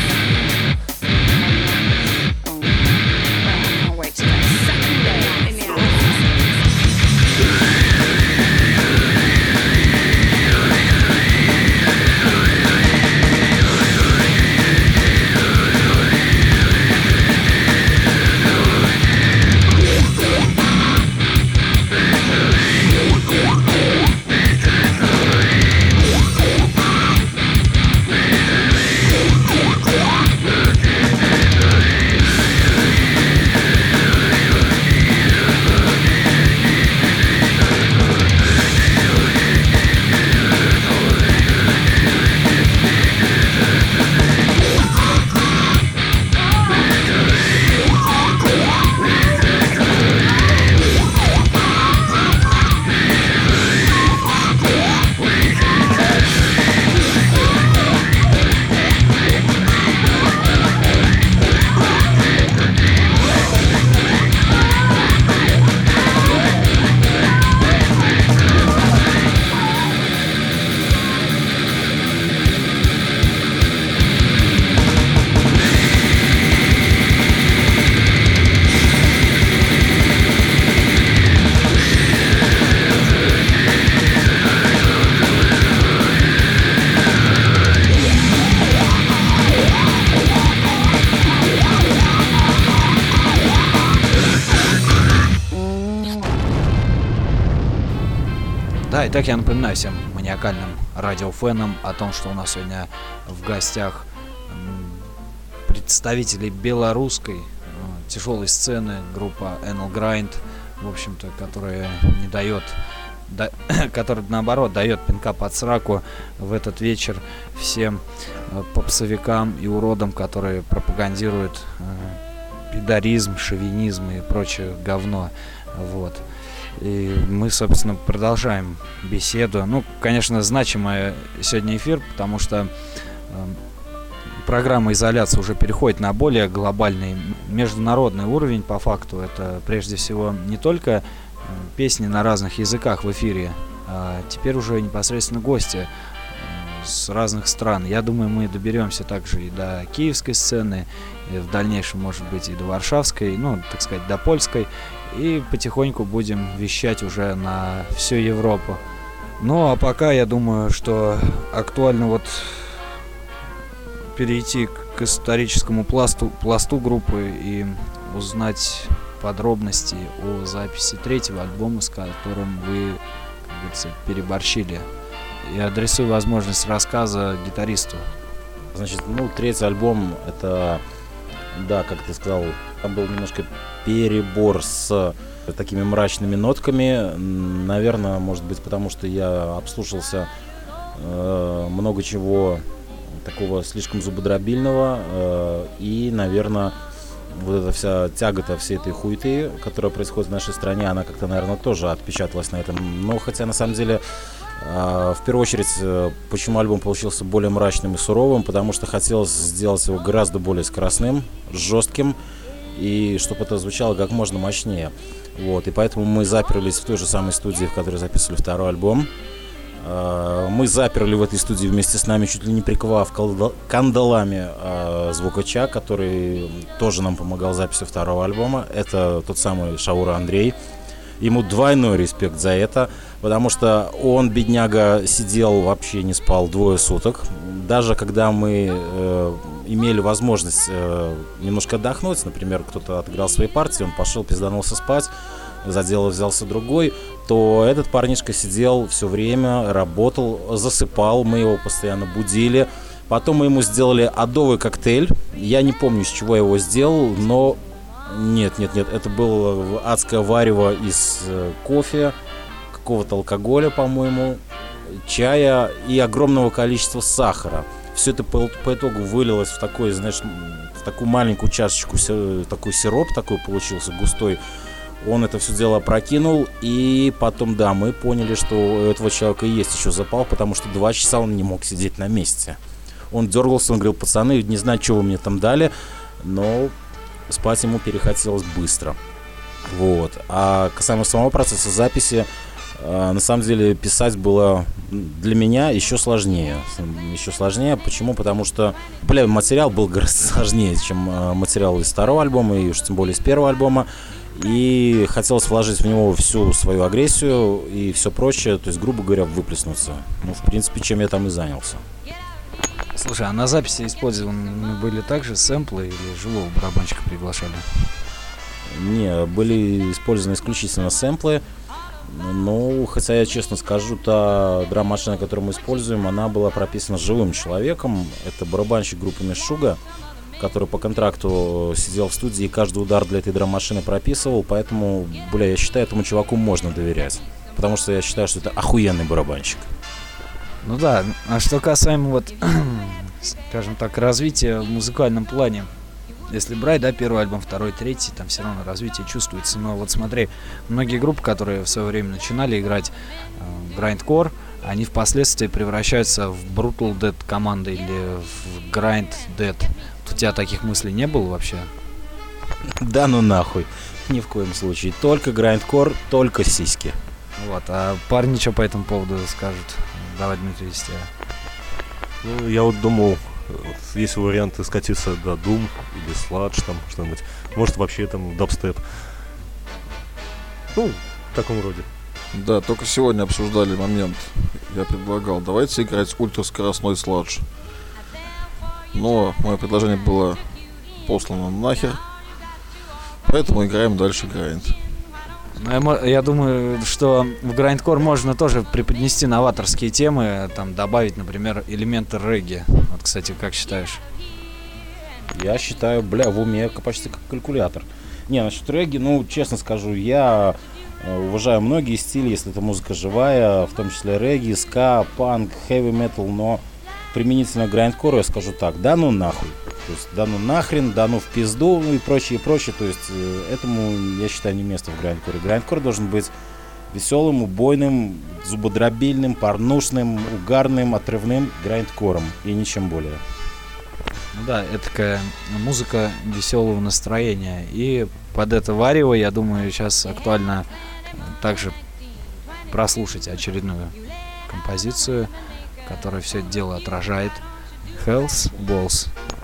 Oh, I can't wait to get a second day in the ass. Yeah. Да, итак, я напоминаю всем маниакальным радиофенам о том, что у нас сегодня в гостях представители белорусской тяжелой сцены, группа Anal Grind, в общем-то, которая не дает, да, которая, наоборот, дает пинка под сраку в этот вечер всем попсовикам и уродам, которые пропагандируют э, пидоризм, шовинизм и прочее говно. Вот. И мы, собственно, продолжаем беседу. Ну, конечно, значимый сегодня эфир, потому что э, программа изоляции уже переходит на более глобальный международный уровень по факту. Это прежде всего не только э, песни на разных языках в эфире, а теперь уже непосредственно гости э, с разных стран. Я думаю, мы доберемся также и до киевской сцены, и в дальнейшем, может быть, и до варшавской, ну, так сказать, до польской. И потихоньку будем вещать уже на всю Европу. Ну, а пока, я думаю, что актуально вот перейти к историческому пласту, пласту группы и узнать подробности о записи третьего альбома, с которым вы, как говорится, переборщили. И адресую возможность рассказа гитаристу. Значит, ну, третий альбом, это, да, как ты сказал, там был немножко перебор с такими мрачными нотками. Наверное, может быть, потому что я обслушался э, много чего такого слишком зубодробильного. Э, и, наверное, вот эта вся тягота всей этой хуеты, которая происходит в нашей стране, она как-то, наверное, тоже отпечаталась на этом. Но хотя, на самом деле, э, в первую очередь, э, почему альбом получился более мрачным и суровым, потому что хотелось сделать его гораздо более скоростным, жестким, и чтобы это звучало как можно мощнее. Вот. И поэтому мы заперлись в той же самой студии, в которой записывали второй альбом. Мы заперли в этой студии вместе с нами, чуть ли не приковав кандалами, звукача, который тоже нам помогал в записи второго альбома. Это тот самый Шаура Андрей. Ему двойной респект за это, потому что он, бедняга, сидел, вообще не спал двое суток. Даже когда мы э, имели возможность э, немножко отдохнуть, например, кто-то отыграл свои партии, он пошел, пизданулся спать, за дело взялся другой, то этот парнишка сидел все время, работал, засыпал, мы его постоянно будили. Потом мы ему сделали адовый коктейль. Я не помню, из чего я его сделал, но... Нет, нет, нет, это было адское варево из э, кофе, какого-то алкоголя, по-моему, чая и огромного количества сахара. Все это по, по итогу вылилось в такой, знаешь, в такую маленькую чашечку, такой сироп такой получился густой. Он это все дело опрокинул, и потом, да, мы поняли, что у этого человека есть еще запал, потому что два часа он не мог сидеть на месте. Он дергался, он говорил: пацаны, не знаю, что вы мне там дали, но... спать ему перехотелось быстро. Вот. А касаемо самого процесса записи, э, на самом деле писать было для меня еще сложнее. Еще сложнее. Почему? Потому что, бля, материал был гораздо сложнее, чем э, материал из второго альбома, и уж тем более из первого альбома. И хотелось вложить в него всю свою агрессию и все прочее, то есть, грубо говоря, выплеснуться. Ну, в принципе, чем я там и занялся. Слушай, а на записи использованы были также сэмплы или живого барабанщика приглашали? Не, были использованы исключительно сэмплы. Ну, хотя я честно скажу, та драм-машина, которую мы используем, она была прописана живым человеком. Это барабанщик группы Мешуга, который по контракту сидел в студии и каждый удар для этой драм-машины прописывал. Поэтому, бля, я считаю, этому чуваку можно доверять. Потому что я считаю, что это охуенный барабанщик. Ну да, а что касаемо вот, скажем так, развития в музыкальном плане, если брать, да, первый альбом, второй, третий, там все равно развитие чувствуется. Но вот смотри, многие группы, которые в свое время начинали играть э, grindcore, они впоследствии превращаются в Brutal Dead команды или в Grind Dead. У тебя таких мыслей не было вообще? Да ну нахуй, ни в коем случае. Только grindcore, только сиськи. Вот, а парни что по этому поводу скажут? Давай, Дмитрий, из тебя. Ну, я вот думал, вот, есть варианты скатиться до Doom или Sludge, там что-нибудь. Может, вообще там дабстеп. Ну, в таком роде. Да, только сегодня обсуждали момент. Я предлагал, давайте играть ультраскоростной сладж. Но мое предложение было послано нахер. Поэтому играем дальше грайнд. Ну, я, мо- я думаю, что в грайндкор можно тоже преподнести новаторские темы, там добавить, например, элементы регги. Вот, кстати, как считаешь? Я считаю, бля, в уме почти как калькулятор. Не, насчет регги, ну, честно скажу, я э, уважаю многие стили, если это музыка живая, в том числе регги, ска, панк, хэви метал, но применительно к грайндкору я скажу так, да ну нахуй. То есть, да ну нахрен, да ну в пизду, ну и прочее, и прочее. То есть, э, этому, я считаю, не место в грайндкоре. Грайндкор должен быть веселым, убойным, зубодробильным, порнушным, угарным, отрывным грайндкором и ничем более. Ну да, это такая музыка веселого настроения. И под это варево, я думаю, сейчас актуально также прослушать очередную композицию, которая все это дело отражает. Hell's Balls.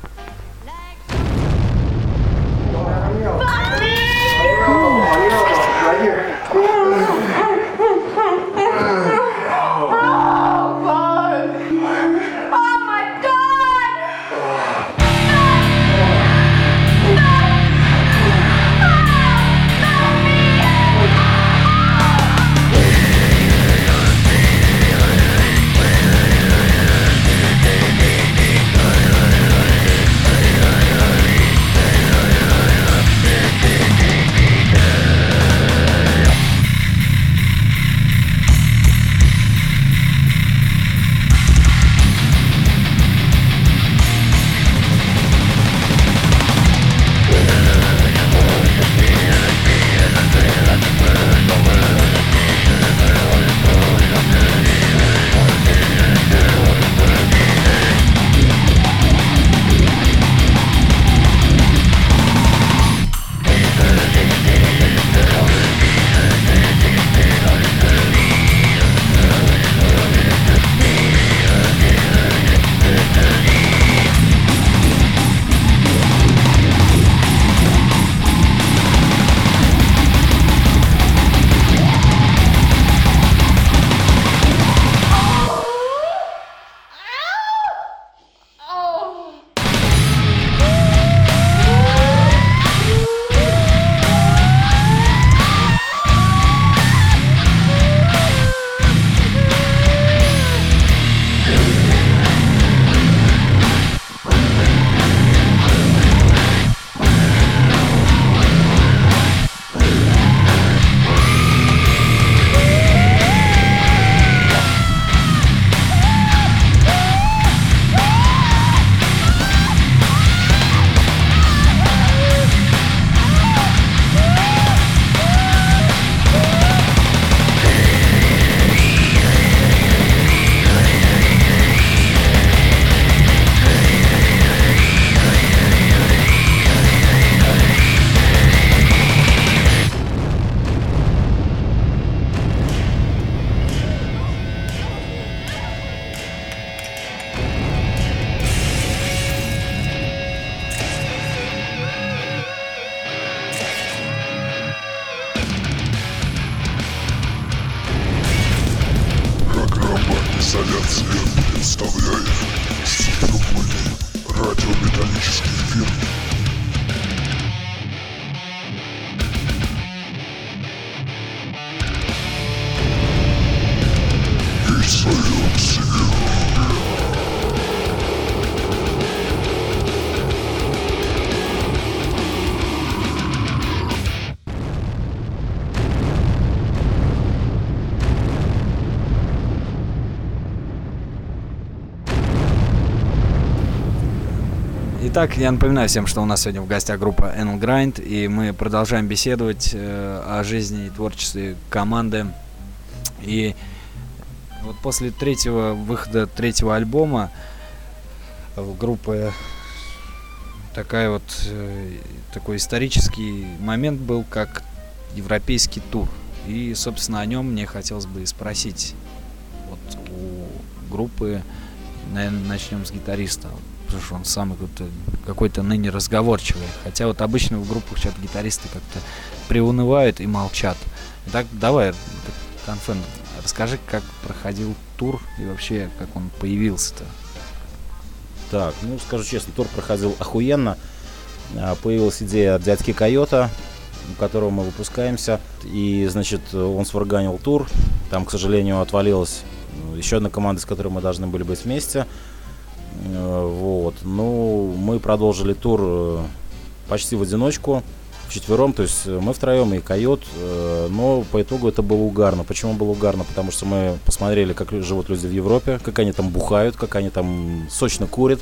Изоляция представляет супербольный радиометаллический эфир. Изоляция. Итак, я напоминаю всем, что у нас сегодня в гостях группа Anal Grind, и мы продолжаем беседовать э, о жизни и творчестве команды. И вот после третьего выхода третьего альбома у группы такая вот э, такой исторический момент был, как европейский тур. И, собственно, о нем мне хотелось бы спросить вот у группы. Наверное, начнем с гитариста, потому что он самый какой-то, какой-то ныне разговорчивый. Хотя вот обычно в группах сейчас гитаристы как-то приунывают и молчат. Итак, давай, Конфен, расскажи, как проходил тур и вообще, как он появился-то. Так, ну скажу честно, тур проходил охуенно. Появилась идея от дядьки Койота. у которого мы выпускаемся. И, значит, он сварганил тур. Там, к сожалению, отвалилась еще одна команда, с которой мы должны были быть вместе. Вот. Ну, мы продолжили тур почти в одиночку, вчетвером, то есть мы втроем и койот, но по итогу это было угарно. Почему было угарно? Потому что мы посмотрели, как живут люди в Европе, как они там бухают, как они там сочно курят.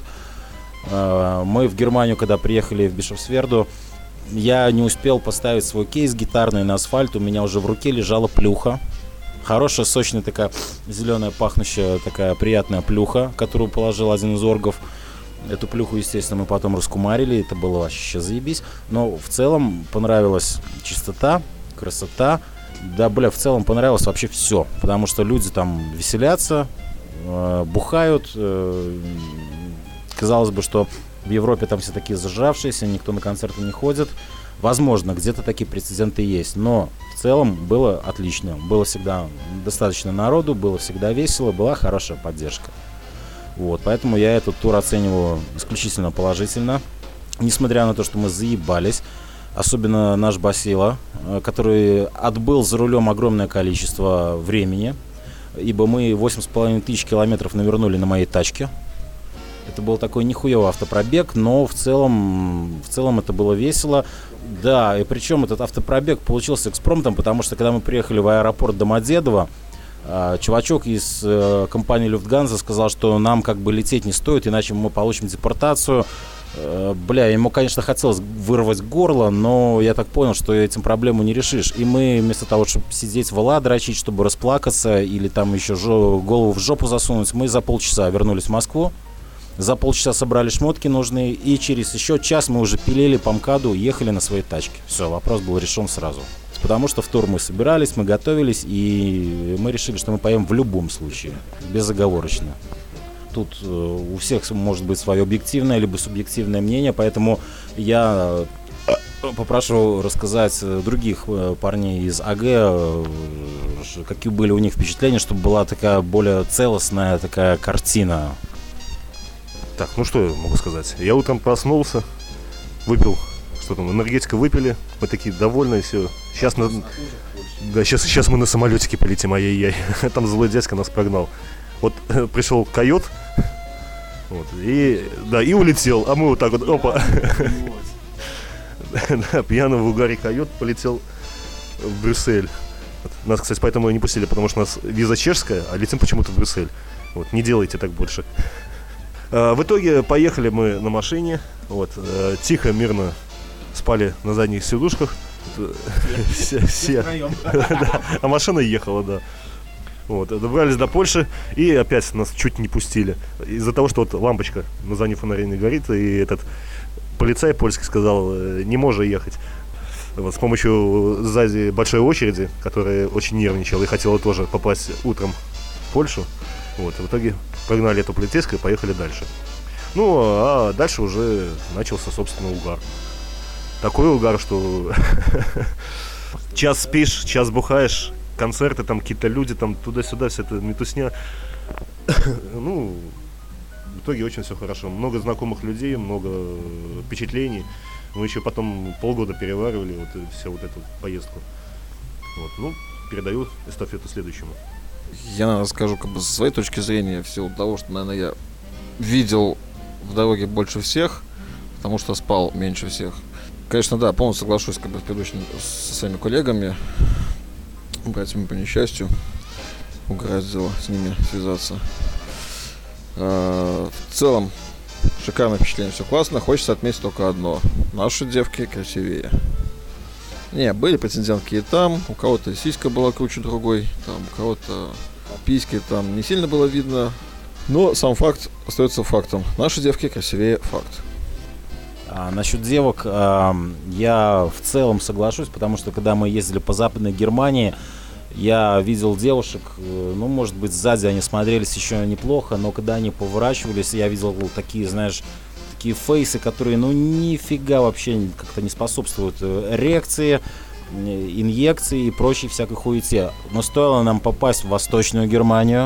Мы в Германию, когда приехали в Бишофсверду, я не успел поставить свой кейс гитарный на асфальт, у меня уже в руке лежала плюха. Хорошая, сочная такая, зеленая, пахнущая, такая приятная плюха, которую положил один из оргов. Эту плюху, естественно, мы потом раскумарили, это было вообще заебись. Но в целом понравилась чистота, красота. Да, бля, в целом понравилось вообще все. Потому что люди там веселятся, э, бухают. Э, казалось бы, что в Европе там все такие зажравшиеся, никто на концерты не ходит. Возможно, где-то такие прецеденты есть, но в целом было отлично. Было всегда достаточно народу, было всегда весело, была хорошая поддержка. Вот, поэтому я этот тур оцениваю исключительно положительно. Несмотря на то, что мы заебались, особенно наш Басила, который отбыл за рулем огромное количество времени, ибо мы восемь с половиной тысяч километров навернули на моей тачке. Это был такой нихуевый автопробег, но в целом, в целом это было весело. Да, и причем этот автопробег получился экспромтом, потому что когда мы приехали в аэропорт Домодедово, чувачок из э, компании Люфтганза сказал, что нам как бы лететь не стоит, иначе мы получим депортацию. Э, бля, ему, конечно, хотелось вырвать горло, но я так понял, что этим проблему не решишь. И мы вместо того, чтобы сидеть в ла дрочить, чтобы расплакаться или там еще жо- голову в жопу засунуть, мы за полчаса вернулись в Москву. За полчаса собрали шмотки нужные, и через еще час мы уже пилили по МКАДу, ехали на своей тачке. Все, вопрос был решен сразу. Потому что в тур мы собирались, мы готовились, и мы решили, что мы поем в любом случае, безоговорочно. Тут э, у всех может быть свое объективное либо субъективное мнение, поэтому я попрошу рассказать других э, парней из АГ, э, какие были у них впечатления, чтобы была такая более целостная такая картина. Так, ну что я могу сказать? Я утром проснулся, выпил, что там, энергетика выпили, мы такие довольные, все. Сейчас, на... да, сейчас, сейчас мы на самолетике полетим, ай-яй-яй. Там злой дядька нас прогнал. Вот пришел койот, вот, и, да, и улетел, а мы вот так вот, опа. Да, пьяный в угаре койот полетел в Брюссель. Нас, кстати, поэтому и не пустили, потому что у нас виза чешская, а летим почему-то в Брюссель. Вот, не делайте так больше. В итоге поехали мы на машине, вот, тихо, мирно спали на задних сидушках. Все, все. Да, а машина ехала, да. Вот, добрались до Польши и опять нас чуть не пустили. Из-за того, что вот лампочка на заднем фонаре не горит, и этот полицай польский сказал, не можешь ехать. Вот, с помощью сзади большой очереди, которая очень нервничала и хотела тоже попасть утром в Польшу. Вот, в итоге прогнали эту полицейскую и поехали дальше. Ну, а дальше уже начался, собственно, угар. Такой угар, что час спишь, час бухаешь, концерты, там какие-то люди, там туда-сюда, вся эта метусня. Ну, в итоге очень все хорошо. Много знакомых людей, много впечатлений. Мы еще потом полгода переваривали вот всю вот эту поездку. Вот, ну, передаю эстафету следующему. Я, наверное, скажу как бы со своей точки зрения, в силу того, что, наверное, я видел в дороге больше всех, потому что спал меньше всех. Конечно, да, полностью соглашусь как бы, с предыдущими, со своими коллегами, братьями по несчастью, угораздило с ними связаться. А, в целом, шикарное впечатление, все классно. Хочется отметить только одно. Наши девки красивее. Не, были претендентки и там, у кого-то сиська была круче другой, там, у кого-то письки там не сильно было видно. Но сам факт остается фактом. Наши девки красивее, факт. А, насчет девок а, я в целом соглашусь, потому что когда мы ездили по Западной Германии, я видел девушек, ну, может быть, сзади они смотрелись еще неплохо, но когда они поворачивались, я видел такие, знаешь, такие фейсы, которые, ну, нифига вообще как-то не способствуют эрекции, инъекции и прочей всякой хуете. Но стоило нам попасть в Восточную Германию,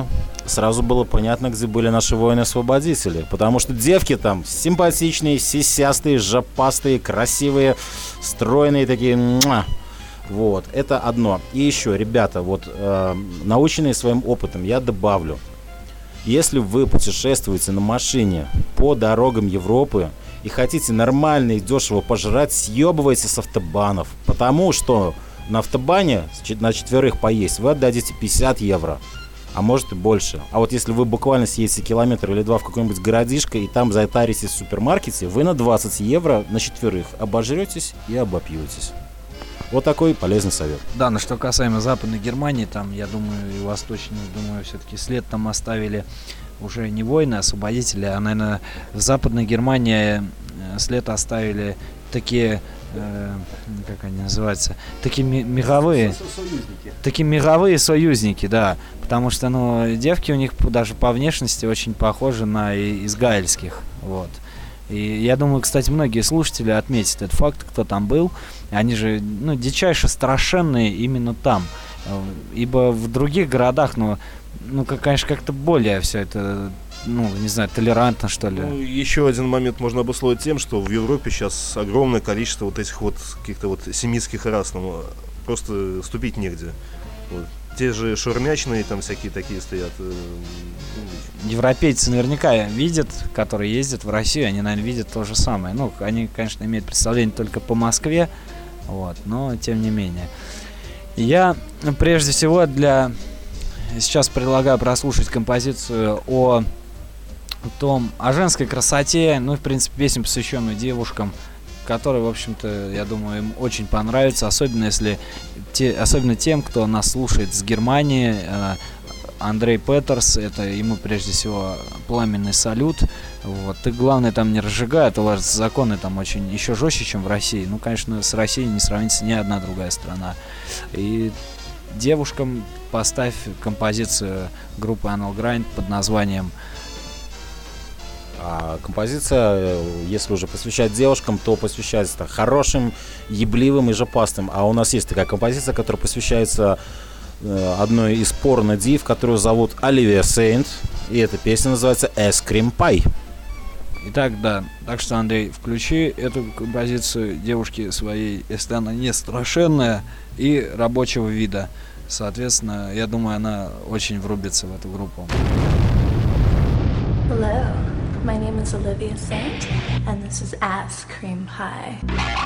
сразу было понятно, где были наши воины-освободители. Потому что девки там симпатичные, сисястые, жопастые, красивые, стройные такие. Муа. Вот, это одно. И еще, ребята, вот э, наученные своим опытом, я добавлю. Если вы путешествуете на машине по дорогам Европы и хотите нормально и дешево пожрать, съебывайте с автобанов. Потому что на автобане на четверых поесть вы отдадите пятьдесят евро. А может и больше. А вот если вы буквально съедете километр или два в какой-нибудь городишко и там затаритесь в супермаркете, вы на двадцать евро на четверых обожретесь и обопьетесь. Вот такой полезный совет. Да, но что касаемо Западной Германии, там, я думаю, и Восточной, думаю, все-таки след там оставили уже не воины, а освободители, а, наверное, в Западной Германии след оставили такие, э, как они называются, такие ми- мировые, Союзники. такие мировые союзники, да, потому что, ну, девки у них даже по внешности очень похожи на израильских, вот. И я думаю, кстати, многие слушатели отметят этот факт, кто там был. Они же, ну, дичайше страшенные именно там. Ибо в других городах, ну, ну, как, конечно, как-то более все это, ну, не знаю, толерантно, что ли. Ну, еще один момент можно обусловить тем, что в Европе сейчас огромное количество вот этих вот каких-то вот семитских рас, ну, просто ступить негде. Вот. Те же шаурмячные там всякие такие стоят. Европейцы наверняка видят, которые ездят в Россию, они, наверное, видят то же самое. Ну, они, конечно, имеют представление только по Москве, вот, но тем не менее. Я, прежде всего, для... Сейчас предлагаю прослушать композицию о том, о женской красоте, ну, в принципе, песню, посвященную девушкам, которые, в общем-то, я думаю, им очень понравится, особенно если те, особенно тем, кто нас слушает с Германии. Андрей Петерс, это ему прежде всего пламенный салют. Вот. И главное там не разжигай, а то ваши законы там очень еще жестче, чем в России. Ну, конечно, с Россией не сравнится ни одна другая страна. И девушкам поставь композицию группы Anal Grind под названием. А композиция, если уже посвящать девушкам, то посвящается хорошим, ебливым и жопастым. А у нас есть такая композиция, которая посвящается э, одной из порно-див, которую зовут Оливия Сейнт. И эта песня называется Ice Cream Pie. Итак, да. Так что, Андрей, включи эту композицию девушки своей, если она не страшенная и рабочего вида. Соответственно, я думаю, она очень врубится в эту группу. Hello. My name is Olivia Saint, and this is Ice Cream Pie.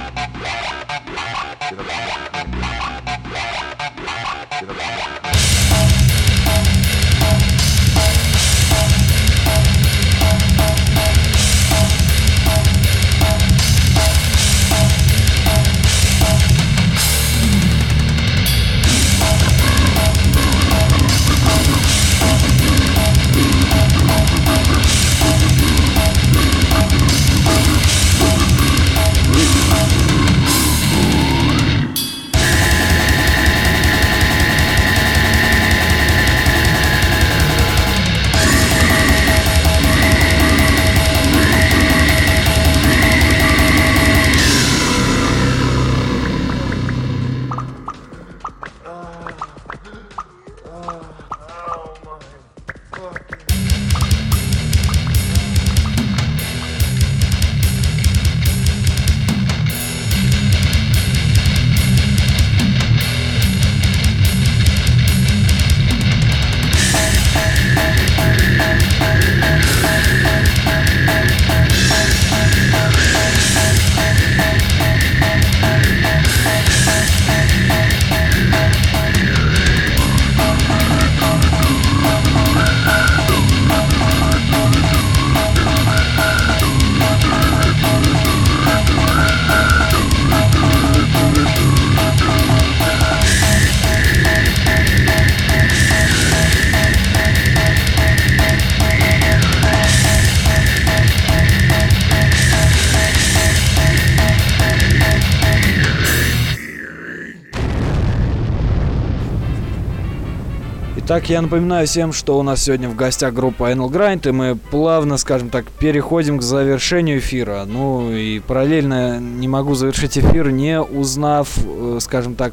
Итак, я напоминаю всем, что у нас сегодня в гостях группа Anal Grind, и мы плавно, скажем так, переходим к завершению эфира. Ну и параллельно не могу завершить эфир, не узнав, скажем так,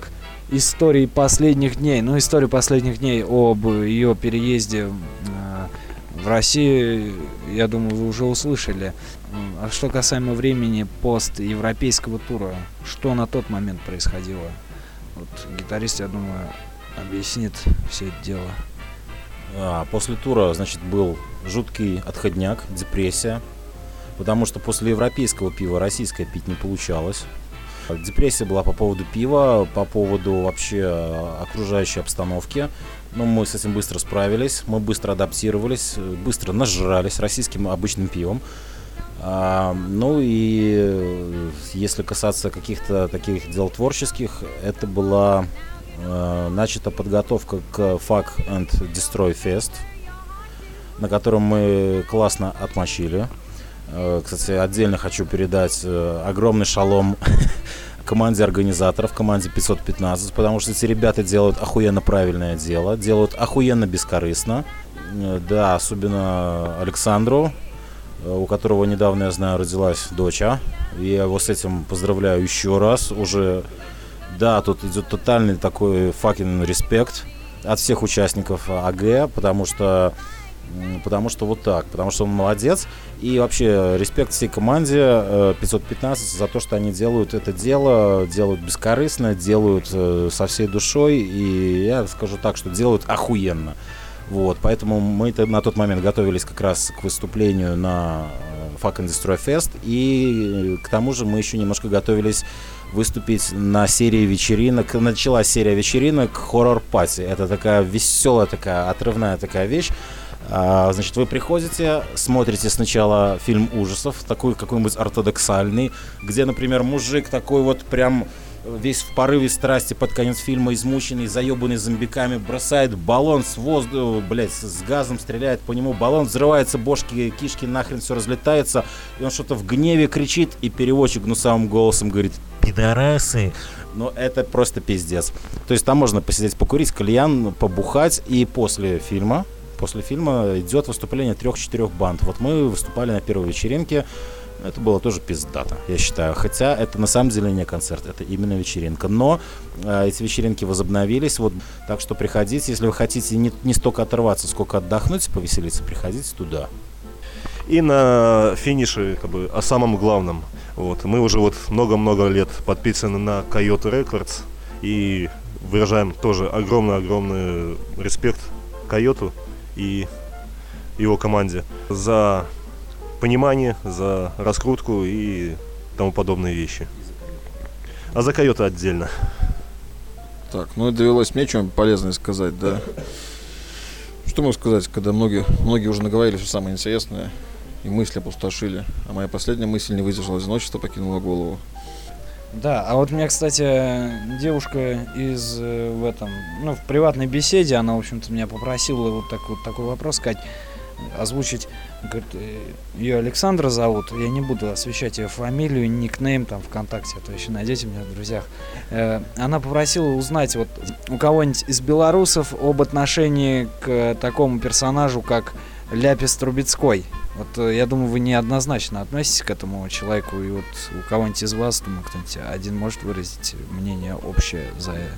истории последних дней. Ну, историю последних дней об ее переезде э, в Россию, я думаю, вы уже услышали. А что касаемо времени постевропейского тура, что на тот момент происходило? Вот гитарист, я думаю, объяснит все это дело. А, после тура, значит, был жуткий отходняк, депрессия, потому что после европейского пива российское пить не получалось. Депрессия была по поводу пива, по поводу вообще окружающей обстановки. Но мы с этим быстро справились, мы быстро адаптировались, быстро нажрались российским обычным пивом. А, ну и если касаться каких-то таких дел творческих, это была э, начата подготовка к Fuck and Destroy Fest, на котором мы классно отмочили. Э, кстати, отдельно хочу передать э, огромный шалом команде организаторов, команде пятьсот пятнадцать, потому что эти ребята делают охуенно правильное дело, делают охуенно бескорыстно. Э, да, особенно Александру, у которого недавно, я знаю, родилась доча. Я его с этим поздравляю еще раз. Уже, да, тут идет тотальный такой fucking респект от всех участников АГ, потому что, потому что вот так, потому что он молодец. И вообще респект всей команде пятьсот пятнадцать за то, что они делают это дело, делают бескорыстно, делают со всей душой. И я скажу так, что делают охуенно. Вот, поэтому мы на тот момент готовились как раз к выступлению на Fuck and Destroy Fest, и к тому же мы еще немножко готовились выступить на серии вечеринок. Началась серия вечеринок Horror Party. Это такая веселая, такая отрывная такая вещь. А, значит, вы приходите, смотрите сначала фильм ужасов, такой какой-нибудь ортодоксальный, где, например, мужик такой вот прям весь в порыве страсти под конец фильма, измученный, заебанный зомбиками, бросает баллон с воздухом, блядь, с газом, стреляет по нему, баллон взрывается, бошки, кишки, нахрен все разлетается, и он что-то в гневе кричит, и переводчик гнусавым голосом говорит: «Пидорасы!» Но это просто пиздец. То есть там можно посидеть, покурить кальян, побухать, и после фильма, после фильма идет выступление трех-четырех банд. Вот мы выступали на первой вечеринке. Это было тоже пиздато, я считаю. Хотя это на самом деле не концерт, это именно вечеринка. Но э, эти вечеринки возобновились. Вот, так что приходите, если вы хотите не, не столько оторваться, сколько отдохнуть, повеселиться, приходите туда. И на финише, как бы, о самом главном. Вот, мы уже вот много-много лет подписаны на Coyote Records и выражаем тоже огромный-огромный респект Койоту и его команде за понимание, за раскрутку и тому подобные вещи. А за Койота отдельно. Так, ну и довелось мне что-нибудь полезное сказать, да. Что могу сказать, когда многие, многие уже наговорили все самое интересное, и мысли опустошили, а моя последняя мысль не выдержала одиночества, покинула голову. Да, а вот меня, кстати, девушка из э, в этом, ну, в приватной беседе, она, в общем-то, меня попросила вот, так, вот такой вопрос сказать, озвучить. Говорит, ее Александра зовут, я не буду освещать ее фамилию, никнейм там ВКонтакте, а то еще найдете меня в друзьях. Э, она попросила узнать вот у кого-нибудь из белорусов об отношении к такому персонажу, как Ляпис Трубецкой. Вот я думаю, вы неоднозначно относитесь к этому человеку, и вот у кого-нибудь из вас, думаю, кто-нибудь один может выразить мнение общее за это.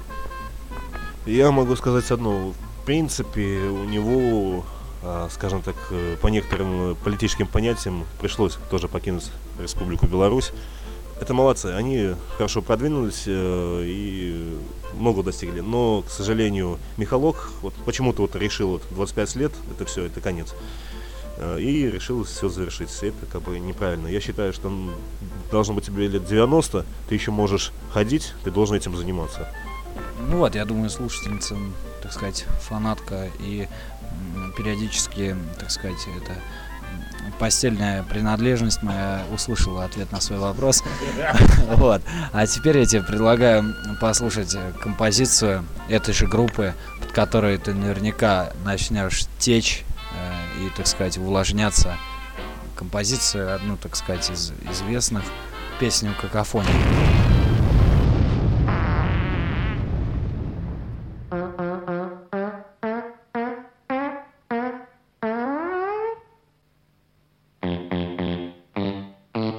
Я могу сказать одно. В принципе, у него, скажем так, по некоторым политическим понятиям пришлось тоже покинуть Республику Беларусь. Это молодцы, они хорошо продвинулись и много достигли. Но, к сожалению, Михалок вот почему-то вот решил вот двадцать пять лет, это все, это конец. И решил все завершить. Это как бы неправильно. Я считаю, что должно быть тебе лет девяносто, ты еще можешь ходить, ты должен этим заниматься. Ну вот, я думаю, слушательница, так сказать, фанатка и периодически, так сказать, это постельная принадлежность моя услышала ответ на свой вопрос. Вот. А теперь я тебе предлагаю послушать композицию этой же группы, под которой ты наверняка начнешь течь и, так сказать, увлажняться. Композицию, одну, так сказать, из известных, песню «Какофония».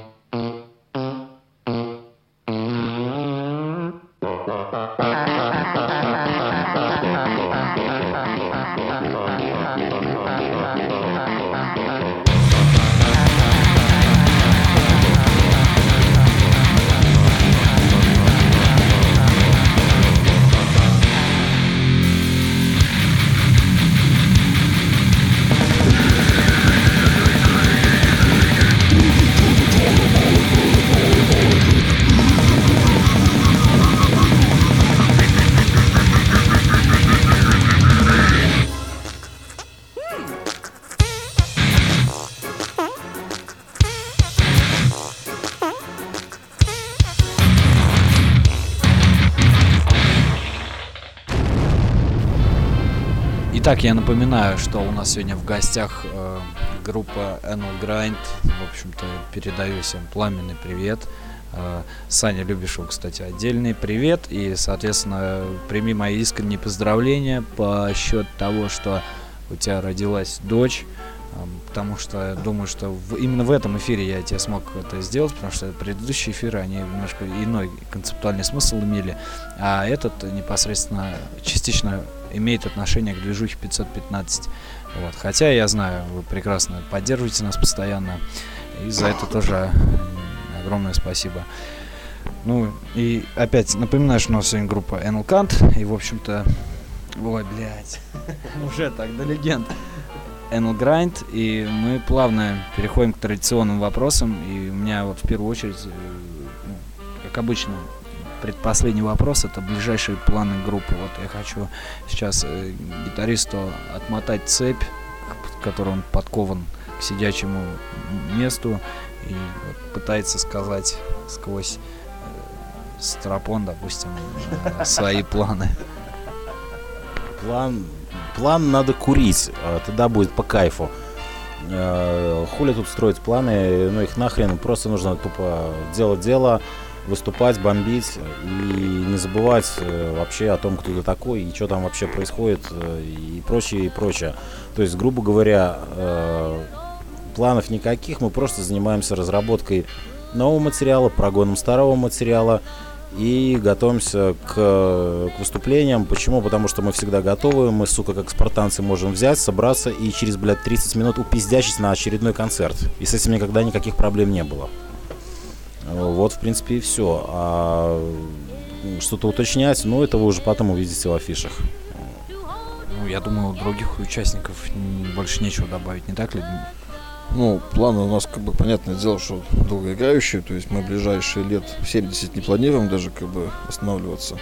Ah! Итак, я напоминаю, что у нас сегодня в гостях э, группа Anal Grind. В общем-то, передаю всем пламенный привет. Э, Саня Любишев, кстати, отдельный привет. И, соответственно, прими мои искренние поздравления по счету того, что у тебя родилась дочь. Потому что думаю, что в, именно в этом эфире я тебе смог это сделать, потому что предыдущие эфиры, они немножко иной концептуальный смысл имели, а этот непосредственно частично имеет отношение к движухе пятьсот пятнадцать. Вот. Хотя я знаю, вы прекрасно поддерживаете нас постоянно, и за это тоже огромное спасибо. Ну и опять напоминаю, что у нас сегодня группа Anal Grind, и в общем-то, ой, блядь, уже так, до легенд. Anal Grind, и мы плавно переходим к традиционным вопросам. И у меня вот в первую очередь, ну, как обычно, предпоследний вопрос — это ближайшие планы группы. Вот я хочу сейчас э, гитаристу отмотать цепь, к которой он подкован к сидячему месту, и вот пытается сказать сквозь э, стропон, допустим, э, свои планы. План... План надо курить, тогда будет по кайфу. Хули тут строить планы, ну их нахрен, просто нужно тупо делать дело, выступать, бомбить и не забывать вообще о том, кто ты такой и что там вообще происходит и прочее, и прочее. То есть, грубо говоря, планов никаких, мы просто занимаемся разработкой нового материала, прогоном старого материала и готовимся к, к выступлениям. Почему? Потому что мы всегда готовы. Мы, сука, как спартанцы, можем взять, собраться и через, блядь, тридцать минут упиздячить на очередной концерт. И с этим никогда никаких проблем не было. Вот, в принципе, и все. А что-то уточнять, ну, это вы уже потом увидите в афишах. Ну, я думаю, у других участников больше нечего добавить, не так ли? Ну, планы у нас, как бы, понятное дело, что долгоиграющие, то есть мы ближайшие лет семьдесят не планируем даже, как бы, останавливаться.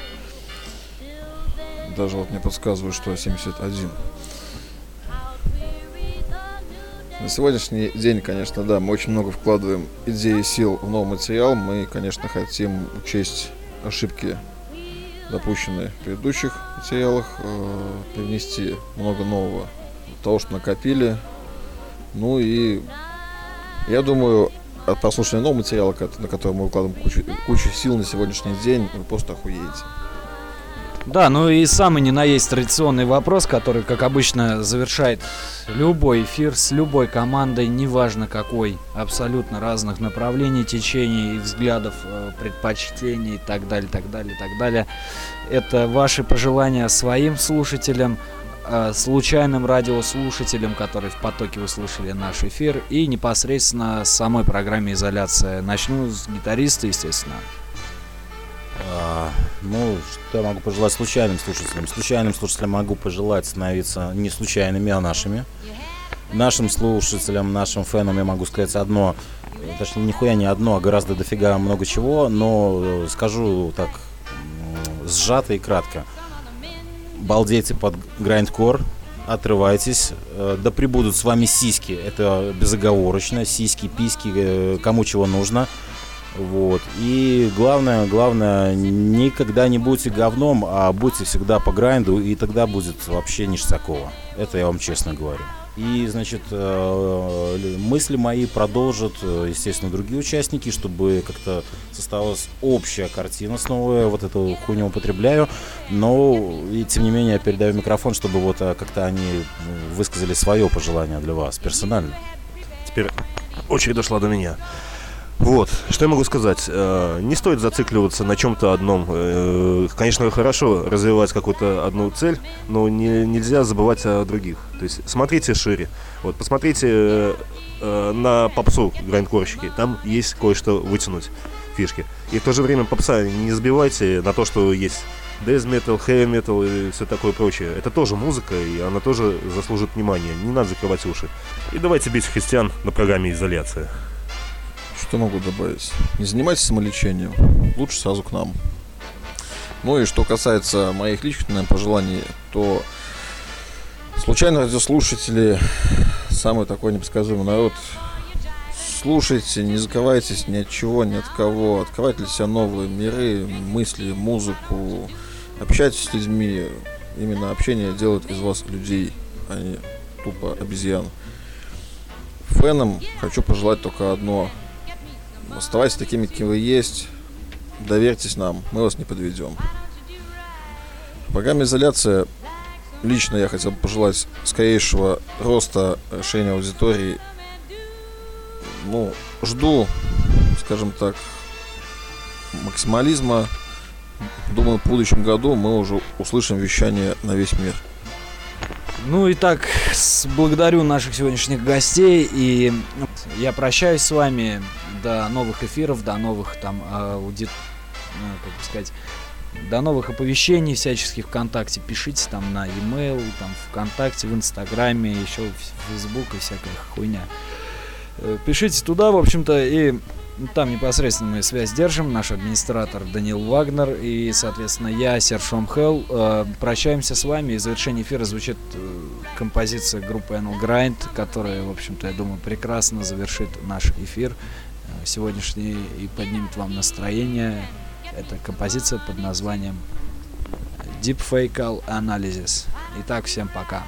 Даже вот мне подсказывают, что семьдесят один. На сегодняшний день, конечно, да, мы очень много вкладываем идей и сил в новый материал. Мы, конечно, хотим учесть ошибки, допущенные в предыдущих материалах, э, привнести много нового, того, что накопили. Ну и я думаю, от прослушивания нового материала, на который мы выкладываем кучу, кучу сил на сегодняшний день, вы просто охуеете. Да, ну и самый ни на есть традиционный вопрос, который, как обычно, завершает любой эфир с любой командой, неважно какой, абсолютно разных направлений, течений, взглядов, предпочтений и так далее, так далее, так далее. Это ваши пожелания своим слушателям, случайным радиослушателям, которые в потоке услышали наш эфир, и непосредственно самой программе «Изоляция». Начну с гитариста, естественно. А, ну, что я могу пожелать случайным слушателям? Случайным слушателям могу пожелать становиться не случайными, а нашими. Нашим слушателям, нашим фенам я могу сказать одно, точнее, нихуя не одно, а гораздо дофига много чего, но скажу так сжато и кратко. Балдейте под грайндкор, отрывайтесь, да пребудут с вами сиськи, это безоговорочно, сиськи, письки, кому чего нужно, вот, и главное, главное, никогда не будьте говном, а будьте всегда по грайнду, и тогда будет вообще ништякова, это я вам честно говорю. И, значит, мысли мои продолжат, естественно, другие участники, чтобы как-то составилась общая картина. Снова я вот эту хуйню употребляю, но, и тем не менее, я передаю микрофон, чтобы вот как-то они высказали свое пожелание для вас, персонально. Теперь очередь дошла до меня. Вот, что я могу сказать, э, не стоит зацикливаться на чем-то одном. Э, конечно, хорошо развивать какую-то одну цель, но не, нельзя забывать о других. То есть смотрите шире. Вот, посмотрите э, э, на попсу грайндкорщики, там есть кое-что вытянуть, фишки. И в то же время попса не сбивайте на то, что есть death metal, heavy metal и все такое прочее. Это тоже музыка, и она тоже заслужит внимания. Не надо закрывать уши. И давайте бить христиан на программе «Изоляция». Что могу добавить? Не занимайтесь самолечением, лучше сразу к нам. Ну и что касается моих личных пожеланий, то случайные радиослушатели, самый такой непредсказуемый народ, слушайте, не заковайтесь ни от чего, ни от кого, открывайте для себя новые миры, мысли, музыку, общайтесь с людьми, Именно общение делает из вас людей, а не тупо обезьян. Фенам хочу пожелать только одно. Оставайтесь такими, какими вы есть. Доверьтесь нам, мы вас не подведем. В программе «Изоляция» лично я хотел бы пожелать скорейшего роста, расширения аудитории. Ну, жду, скажем так, максимализма. Думаю, в будущем году мы уже услышим вещание на весь мир. Ну и так, благодарю наших сегодняшних гостей, и я прощаюсь с вами до новых эфиров, до новых там ауди... ну, как бы сказать, до новых оповещений всяческих ВКонтакте. Пишите там на e-mail, там ВКонтакте, в Инстаграме, еще в Фейсбук и всякая хуйня. Пишите туда, в общем-то, и там непосредственно мы связь держим. Наш администратор Даниил Вагнер и, соответственно, я, Серж Омхел. Э, прощаемся с вами. И в завершении эфира звучит э, композиция группы Anal Grind, которая, в общем-то, я думаю, прекрасно завершит наш эфир э, сегодняшний и поднимет вам настроение. Это композиция под названием Deepfake Analysis. Итак, всем пока.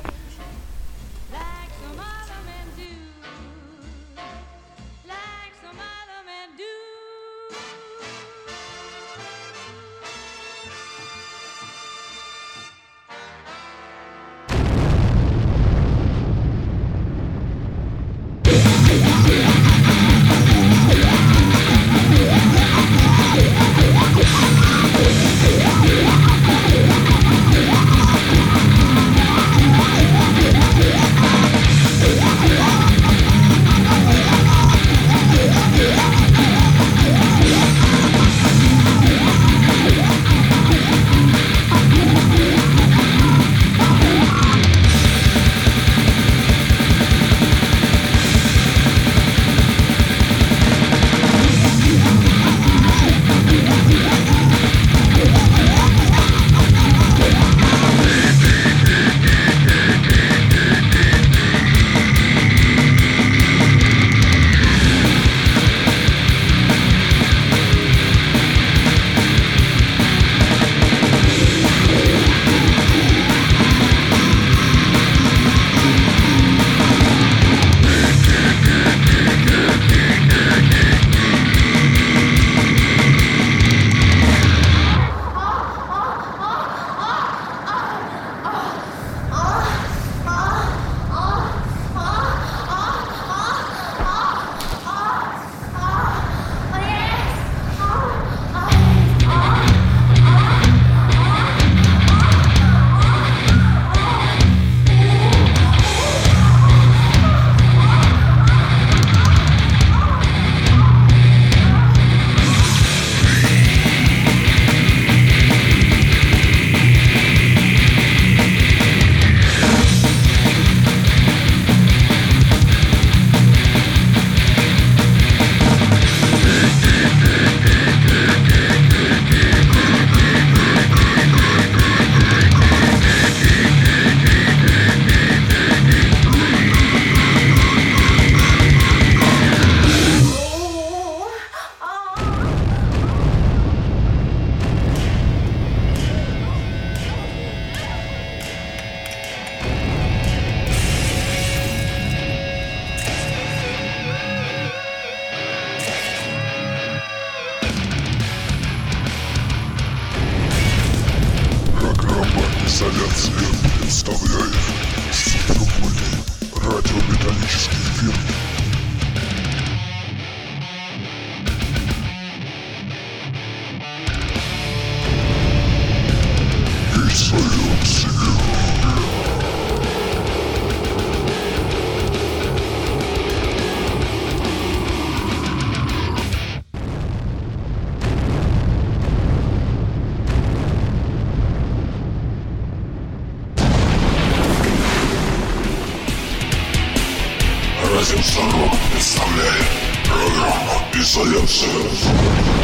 Изоляция представляет супервольный радиометаллический эфир. Изоляция. Радио Сорок представляет программу «Изоляция».